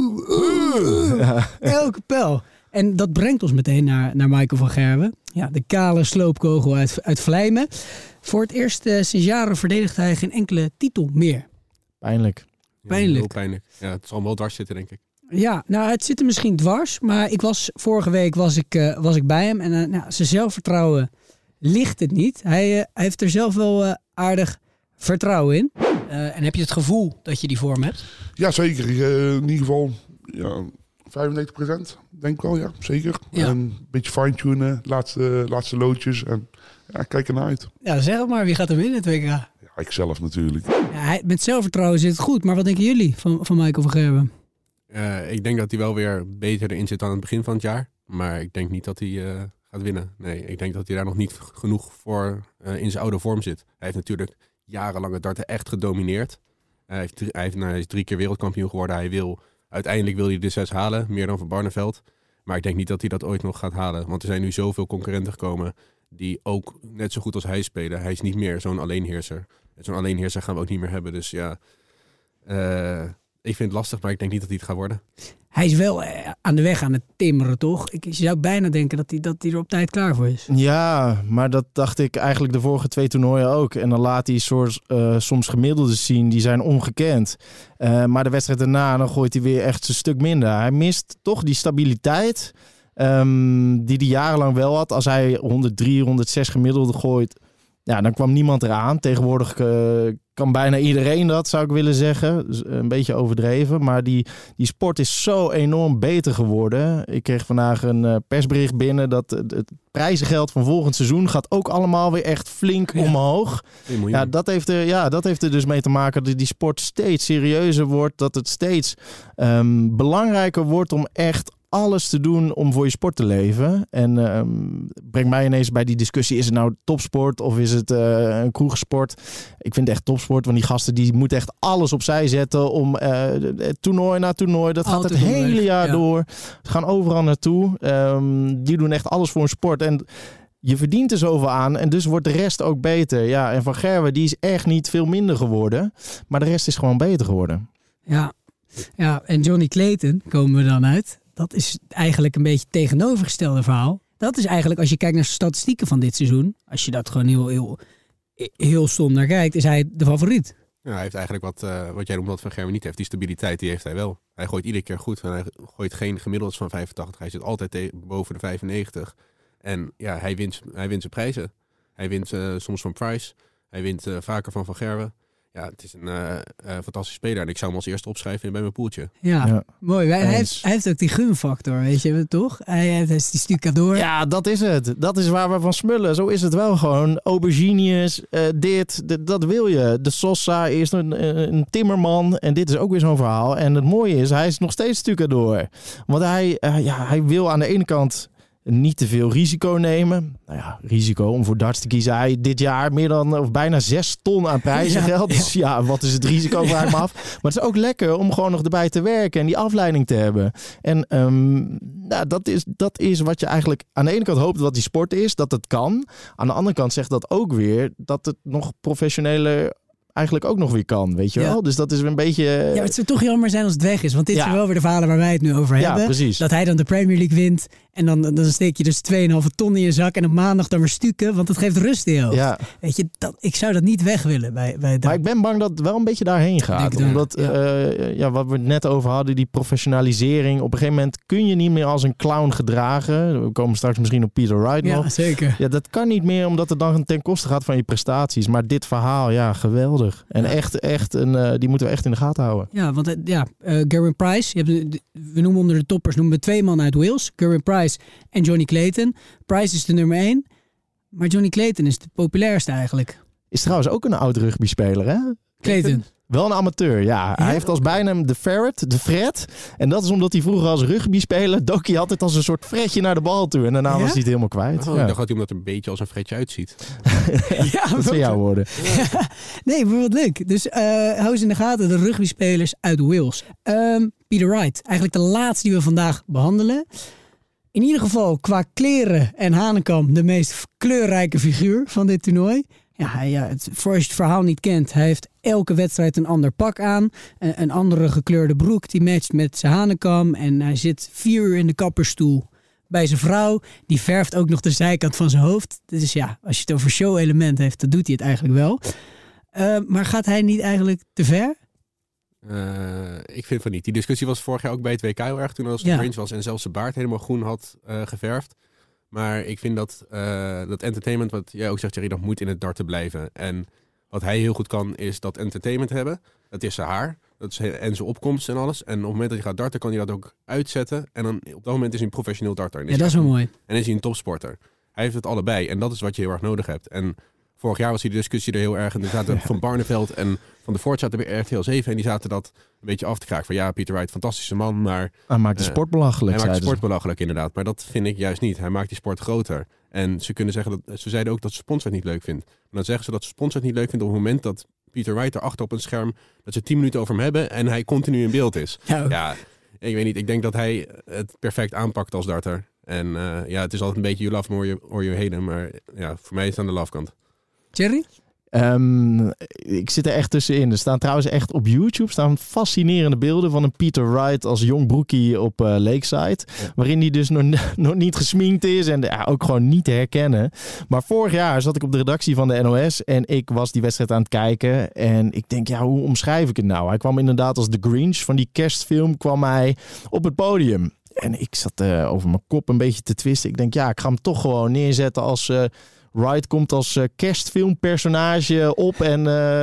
elke pijl. En dat brengt ons meteen naar Michael van Gerwen. Ja, de kale sloopkogel uit Vlijmen. Voor het eerst sinds jaren verdedigt hij geen enkele titel meer. Pijnlijk. Ja, heel pijnlijk. Ja, het zal hem wel dwars zitten, denk ik. Ja, nou het zit er misschien dwars, maar vorige week was ik bij hem en zijn zelfvertrouwen ligt het niet. Hij heeft er zelf wel aardig vertrouwen in. En heb je het gevoel dat je die vorm hebt? Ja, zeker. In ieder geval 95%, denk ik wel, ja, zeker. Ja. Een beetje fine-tunen, laatste loodjes en kijk ernaar uit. Ja, zeg het maar, wie gaat er winnen het WK? Ja, ik zelf natuurlijk. Ja, met zelfvertrouwen zit het goed, maar wat denken jullie van Michael van Gerwen? Ik denk dat hij wel weer beter erin zit dan aan het begin van het jaar. Maar ik denk niet dat hij gaat winnen. Nee, ik denk dat hij daar nog niet genoeg voor in zijn oude vorm zit. Hij heeft natuurlijk jarenlang het darten echt gedomineerd. Hij is 3 keer wereldkampioen geworden. Uiteindelijk wil hij de 6 halen, meer dan Van Barneveld. Maar ik denk niet dat hij dat ooit nog gaat halen. Want er zijn nu zoveel concurrenten gekomen die ook net zo goed als hij spelen. Hij is niet meer zo'n alleenheerser. Zo'n alleenheerser gaan we ook niet meer hebben. Dus ja, ik vind het lastig, maar ik denk niet dat hij het gaat worden. Hij is wel aan de weg aan het timmeren, toch? Je zou bijna denken dat hij er op tijd klaar voor is. Ja, maar dat dacht ik eigenlijk de vorige 2 toernooien ook. En dan laat hij soms gemiddelden zien, die zijn ongekend. Maar de wedstrijd daarna, dan gooit hij weer echt een stuk minder. Hij mist toch die stabiliteit die hij jarenlang wel had. Als hij 103, 106 gemiddelde gooit, ja, dan kwam niemand eraan. Tegenwoordig kan bijna iedereen dat, zou ik willen zeggen. Dus een beetje overdreven. Maar die sport is zo enorm beter geworden. Ik kreeg vandaag een persbericht binnen dat het prijzengeld van volgend seizoen gaat ook allemaal weer echt flink omhoog. Ja, dat heeft er dus mee te maken dat die sport steeds serieuzer wordt. Dat het steeds belangrijker wordt om echt alles te doen om voor je sport te leven. En breng mij ineens bij die discussie, is het nou topsport of is het een kroegsport? Ik vind het echt topsport, want die gasten die moeten echt alles opzij zetten om toernooi na toernooi. Dat gaat het hele jaar door. Ze gaan overal naartoe. Die doen echt alles voor een sport. En je verdient er zoveel aan en dus wordt de rest ook beter. Ja, en Van Gerwen, die is echt niet veel minder geworden. Maar de rest is gewoon beter geworden. Ja, en Johnny Clayton komen we dan uit. Dat is eigenlijk een beetje het tegenovergestelde verhaal. Dat is eigenlijk, als je kijkt naar de statistieken van dit seizoen, als je dat gewoon heel stom naar kijkt, is hij de favoriet. Ja, hij heeft eigenlijk wat jij noemt dat Van Gerwen niet heeft. Die stabiliteit, die heeft hij wel. Hij gooit iedere keer goed. En hij gooit geen gemiddelds van 85. Hij zit altijd boven de 95. En ja, hij wint zijn prijzen. Hij wint soms van Price. Hij wint vaker van Gerwen. Ja, het is een fantastische speler. En ik zou hem als eerste opschrijven bij mijn poeltje. Ja. Mooi. Hij heeft ook die gunfactor, weet je toch? Hij is die stucador. Ja, dat is het. Dat is waar we van smullen. Zo is het wel gewoon. Aubergines, dat wil je. De Sosa is een timmerman. En dit is ook weer zo'n verhaal. En het mooie is, hij is nog steeds stucador. Want hij wil aan de ene kant Niet te veel risico nemen. Nou ja, risico om voor darts te kiezen. Hij dit jaar meer dan of bijna 6 ton aan prijzengeld. Dus ja, wat is het risico? Vraag ik me af. Maar het is ook lekker om gewoon nog erbij te werken en die afleiding te hebben. En dat is wat je eigenlijk aan de ene kant hoopt wat die sport is, dat het kan. Aan de andere kant zegt dat ook weer dat het nog professioneler eigenlijk ook nog weer kan, weet je wel? Dus dat is een beetje... Ja, maar het zou toch jammer zijn als het weg is. Want dit zijn wel weer de verhalen waar wij het nu over hebben. Precies. Dat hij dan de Premier League wint. En dan steek je dus 2,5 ton in je zak. En op maandag dan weer stukken. Want dat geeft rust in je hoofd. Ja. Weet je, ik zou dat niet weg willen. Maar ik ben bang dat het wel een beetje daarheen gaat. Omdat, wat we het net over hadden, die professionalisering. Op een gegeven moment kun je niet meer als een clown gedragen. We komen straks misschien op Peter Wright nog. Ja, zeker. Ja, dat kan niet meer, omdat het dan ten koste gaat van je prestaties. Maar dit verhaal, geweldig. En die moeten we echt in de gaten houden. Ja, want Gerwyn Price, we noemen onder de toppers 2 man uit Wales. Gerwyn Price en Johnny Clayton. Price is de nummer 1. Maar Johnny Clayton is de populairste eigenlijk. Is trouwens ook een oud rugbyspeler, hè? Clayton. Wel een amateur, ja. Hij heeft als bijnaam de Fred. En dat is omdat hij vroeger als rugbyspeler dook hij altijd als een soort Fredje naar de bal toe. En daarna was hij het helemaal kwijt. Ik dacht dat hij omdat het een beetje als een Fredje uitziet. Dat zijn jouw woorden. Nee, maar wat leuk. Dus hou eens in de gaten, de rugbyspelers uit Wales. Peter Wright, eigenlijk de laatste die we vandaag behandelen. In ieder geval qua kleren en hanenkam de meest kleurrijke figuur van dit toernooi. Voor als je het verhaal niet kent, hij heeft elke wedstrijd een ander pak aan. Een andere gekleurde broek die matcht met zijn hanenkam. En hij zit 4 uur in de kapperstoel bij zijn vrouw. Die verft ook nog de zijkant van zijn hoofd. Dus ja, als je het over show-element heeft, dan doet hij het eigenlijk wel. Maar gaat hij niet eigenlijk te ver? Ik vind van niet. Die discussie was vorig jaar ook bij het WK heel erg. Toen als het orange was en zelfs zijn baard helemaal groen had geverfd. Maar ik vind dat entertainment, wat jij ook zegt, Jerry, dat moet in het darten blijven. En wat hij heel goed kan, is dat entertainment hebben. Dat is zijn haar. En zijn opkomst en alles. En op het moment dat hij gaat darten, kan hij dat ook uitzetten. En dan op dat moment is hij een professioneel darter. Ja, dat is wel mooi. En is hij een topsporter. Hij heeft het allebei. En dat is wat je heel erg nodig hebt. En vorig jaar was die discussie er heel erg. En er zaten Van Barneveld en Van der Voort zaten bij RTL 7. En die zaten dat een beetje af te kraken. Van ja, Peter Wright, fantastische man. Maar hij maakt de sport belachelijk. Hij maakt de sport belachelijk, inderdaad. Maar dat vind ik juist niet. Hij maakt die sport groter. En ze kunnen zeggen ze zeiden ook dat ze sponsor het niet leuk vindt. Maar dan zeggen ze dat ze sponsor het niet leuk vindt op het moment dat Peter Wright erachter op een scherm, dat ze 10 minuten over hem hebben en hij continu in beeld is. Ja, ik weet niet. Ik denk dat hij het perfect aanpakt als darter. En het is altijd een beetje you love me or you hate him. Maar ja, voor mij is het aan de love kant. Jerry? Ik zit er echt tussenin. Er staan trouwens echt op YouTube fascinerende beelden van een Peter Wright als jong broekie op Lakeside. Ja. Waarin hij dus nog niet gesminkt is en ook gewoon niet te herkennen. Maar vorig jaar zat ik op de redactie van de NOS en ik was die wedstrijd aan het kijken. En ik denk, hoe omschrijf ik het nou? Hij kwam inderdaad als de Grinch van die kerstfilm kwam hij op het podium. En ik zat over mijn kop een beetje te twisten. Ik denk, ik ga hem toch gewoon neerzetten als Wright komt als kerstfilmpersonage op en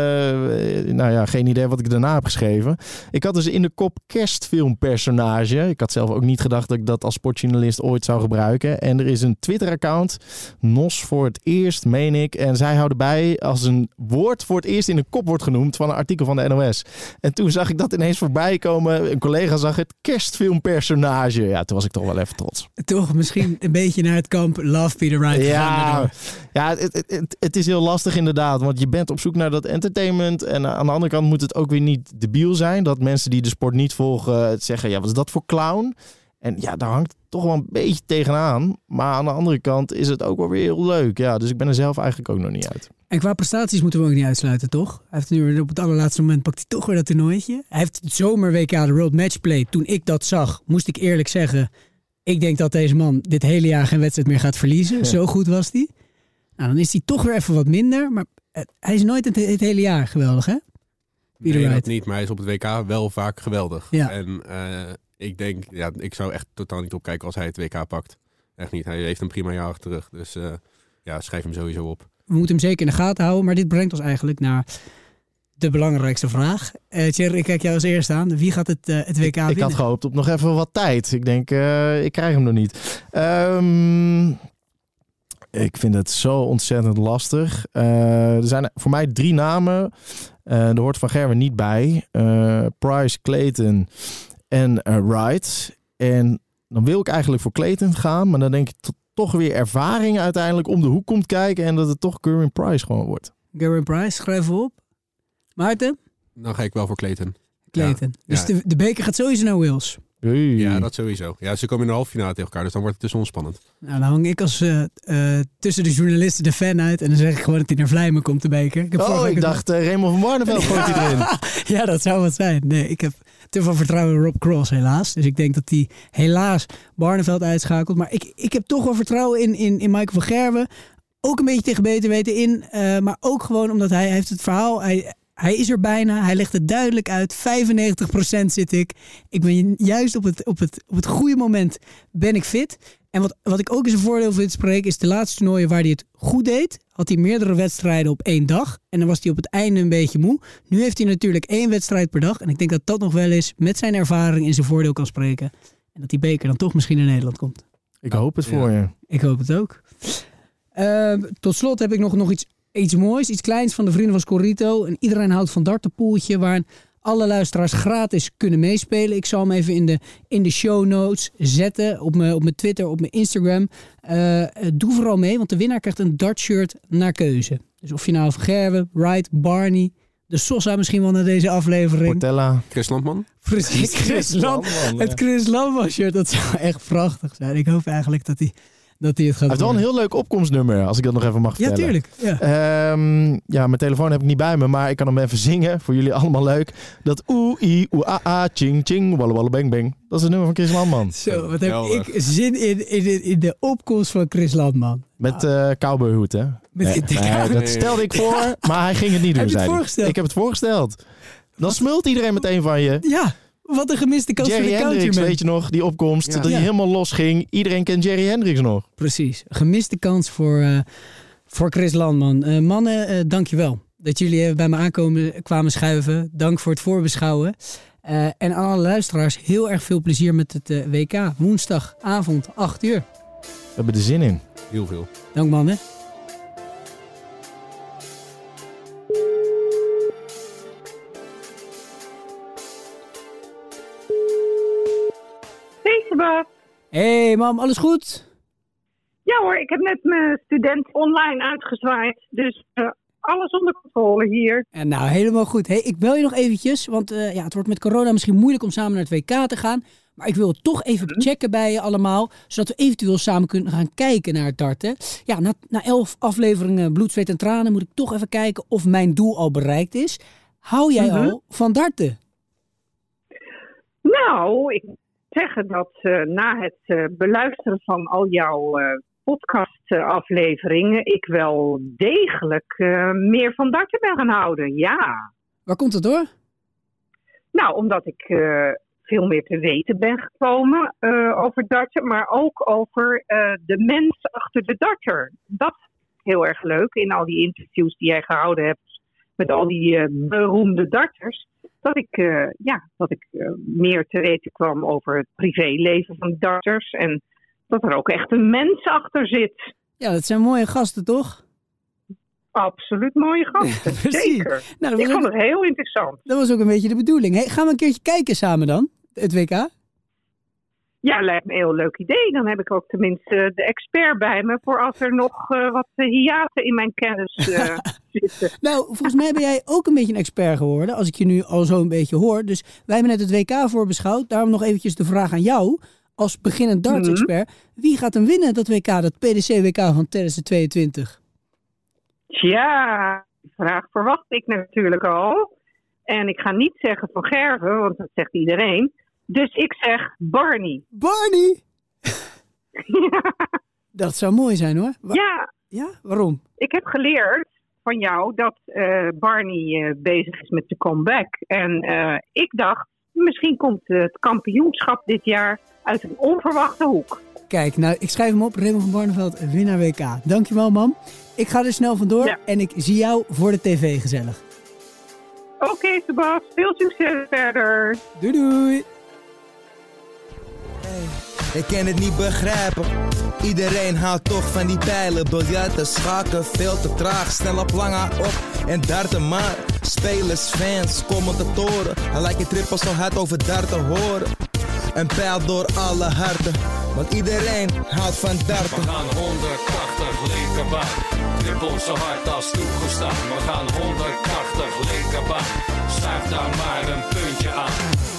geen idee wat ik daarna heb geschreven. Ik had dus in de kop kerstfilmpersonage. Ik had zelf ook niet gedacht dat ik dat als sportjournalist ooit zou gebruiken. En er is een Twitter-account, NOS voor het eerst, meen ik. En zij houden bij als een woord voor het eerst in de kop wordt genoemd van een artikel van de NOS. En toen zag ik dat ineens voorbij komen. Een collega zag het kerstfilmpersonage. Ja, toen was ik toch wel even trots. Toch misschien een beetje naar het kamp Love Peter Wright. Ja, het is heel lastig inderdaad. Want je bent op zoek naar dat entertainment. En aan de andere kant moet het ook weer niet debiel zijn. Dat mensen die de sport niet volgen zeggen, wat is dat voor clown? En daar hangt toch wel een beetje tegenaan. Maar aan de andere kant is het ook wel weer heel leuk. Ja, dus ik ben er zelf eigenlijk ook nog niet uit. En qua prestaties moeten we ook niet uitsluiten, toch? Hij heeft nu op het allerlaatste moment pakt hij toch weer dat toernooitje. Hij heeft het zomer WK, de World Matchplay. Toen ik dat zag, moest ik eerlijk zeggen, ik denk dat deze man dit hele jaar geen wedstrijd meer gaat verliezen. Ja. Zo goed was hij. Nou, dan is hij toch weer even wat minder. Maar hij is nooit het hele jaar geweldig, hè? Nee, dat niet. Maar hij is op het WK wel vaak geweldig. Ja. En ik denk, ik zou echt totaal niet opkijken als hij het WK pakt. Echt niet. Hij heeft een prima jaar achter de rug. Dus schrijf hem sowieso op. We moeten hem zeker in de gaten houden. Maar dit brengt ons eigenlijk naar de belangrijkste vraag. Thierry, ik kijk jou als eerste aan. Wie gaat het WK winnen? Ik had gehoopt op nog even wat tijd. Ik denk, ik krijg hem nog niet. Ik vind het zo ontzettend lastig. Er zijn voor mij 3 namen. Er hoort Van Gerwen niet bij. Price, Clayton en Wright. En dan wil ik eigenlijk voor Clayton gaan. Maar dan denk ik toch weer ervaring uiteindelijk om de hoek komt kijken. En dat het toch Gerwyn Price gewoon wordt. Gerwyn Price, schrijf op. Maarten? Dan ga ik wel voor Clayton. Clayton. Ja. Dus de beker gaat sowieso naar Wales. Hey. Ja, dat sowieso. Ja, ze komen in de halve finale tegen elkaar, dus dan wordt het dus onspannend. Nou, dan hang ik als tussen de journalisten de fan uit en dan zeg ik gewoon dat hij naar Vlijmen komt, de beker. Ik dacht Raymond van Barneveld gooit hij erin. Ja, dat zou wat zijn. Nee, ik heb te veel vertrouwen in Rob Cross helaas. Dus ik denk dat hij helaas Barneveld uitschakelt. Maar ik heb toch wel vertrouwen in Michael van Gerwen. Ook een beetje tegen beter weten in. Maar ook gewoon omdat hij heeft het verhaal... Hij is er bijna. Hij legt het duidelijk uit. 95% zit ik. Ik ben juist op het goede moment ben ik fit. En wat ik ook eens een voordeel vind spreken is de laatste toernooien waar hij het goed deed. Had hij meerdere wedstrijden op 1 dag. En dan was hij op het einde een beetje moe. Nu heeft hij natuurlijk 1 wedstrijd per dag. En ik denk dat dat nog wel eens met zijn ervaring in zijn voordeel kan spreken. En dat die beker dan toch misschien in Nederland komt. Ik hoop het voor je. Ik hoop het ook. Tot slot heb ik nog iets moois, iets kleins van de vrienden van Scorrito. En iedereen houdt van dartenpoeltje waarin alle luisteraars gratis kunnen meespelen. Ik zal hem even in de show notes zetten op mijn Twitter, op mijn Instagram. Doe vooral mee, want de winnaar krijgt een dartshirt naar keuze. Dus of je nou van Gerwen, Wright, Barney, de Sosa misschien wel naar deze aflevering. Portella. Chris Landman. Precies, Chris Landman. Het Chris Landman shirt, dat zou echt prachtig zijn. Ik hoop eigenlijk dat hij het gaat doen. Hij heeft wel een heel leuk opkomstnummer, als ik dat nog even mag vertellen. Ja, tuurlijk. Ja. Mijn telefoon heb ik niet bij me, maar ik kan hem even zingen. Voor jullie allemaal leuk. Dat oe-i, oe-a-a, ching, ching, walle, walle, bang, bang. Dat is het nummer van Chris Landman. Zo, wat heb ik zin in de opkomst van Chris Landman. Met cowboyhoed, hè? Dat stelde ik voor, maar hij ging het niet doen, heb je zei het voorgesteld? Ik heb het voorgesteld. Dan smult iedereen meteen van je. Ja. Wat een gemiste kans Jerry voor de Hendricks, countryman. weet je nog, die opkomst, dat hij helemaal los ging. Iedereen kent Jerry Hendricks nog. Precies, gemiste kans voor Chris Landman. Mannen, dankjewel dat jullie even bij me kwamen schuiven. Dank voor het voorbeschouwen. En aan alle luisteraars, heel erg veel plezier met het WK. Woensdagavond, 8 uur. We hebben er zin in. Heel veel. Dank mannen. Hey mam, alles goed? Ja hoor, ik heb net mijn student online uitgezwaaid. Dus alles onder controle hier. En nou, helemaal goed. Hey, ik bel je nog eventjes, want het wordt met corona misschien moeilijk om samen naar het WK te gaan. Maar ik wil het toch even checken bij je allemaal, zodat we eventueel samen kunnen gaan kijken naar het darten. Ja, na 11 afleveringen Bloed, Zweet en Tranen moet ik toch even kijken of mijn doel al bereikt is. Hou jij al van darten? Nou, ik moet zeggen dat na het beluisteren van al jouw podcastafleveringen ik wel degelijk meer van darten ben gaan houden, ja. Waar komt het door? Nou, omdat ik veel meer te weten ben gekomen over darten, maar ook over de mens achter de darter. Dat is heel erg leuk in al die interviews die jij gehouden hebt met al die beroemde darters. Dat ik meer te weten kwam over het privéleven van darters en dat er ook echt een mens achter zit. Ja, dat zijn mooie gasten, toch? Absoluut mooie gasten, ja, zeker. Nou, ik vond het heel interessant. Dat was ook een beetje de bedoeling. Hey, gaan we een keertje kijken samen dan, het WK? Ja, lijkt me een heel leuk idee. Dan heb ik ook tenminste de expert bij me voor als er nog wat hiaten in mijn kennis zitten. Nou, volgens mij ben jij ook een beetje een expert geworden, als ik je nu al zo een beetje hoor. Dus wij hebben net het WK voorbeschouwd. Daarom nog eventjes de vraag aan jou, als beginnend darts-expert. Wie gaat hem winnen, dat WK, dat PDC-WK van 2022? Ja, die vraag verwacht ik natuurlijk al. En ik ga niet zeggen van Gerwen, want dat zegt iedereen. Dus ik zeg Barney. Barney? Ja. Dat zou mooi zijn hoor. Ja. Ja? Waarom? Ik heb geleerd van jou dat Barney bezig is met de comeback. En ik dacht, misschien komt het kampioenschap dit jaar uit een onverwachte hoek. Kijk, nou, ik schrijf hem op. Raymond van Barneveld, winnaar WK. Dankjewel, man. Ik ga er snel vandoor en ik zie jou voor de tv gezellig. Oké, Sebas. Veel succes verder. Doei, doei. Hey, ik kan het niet begrijpen. Iedereen houdt toch van die pijlen. Biljarten, schaken, veel te traag. Snel op lange op en darten maar. Spelers, fans, commentatoren. Hij lijkt je trippel zo hard over darten horen. Een pijl door alle harten, want iedereen houdt van darten. We gaan 180 linkerbaan, dribbel zo hard als toegestaan. We gaan 180 linkerbaan, schuif daar maar een puntje aan.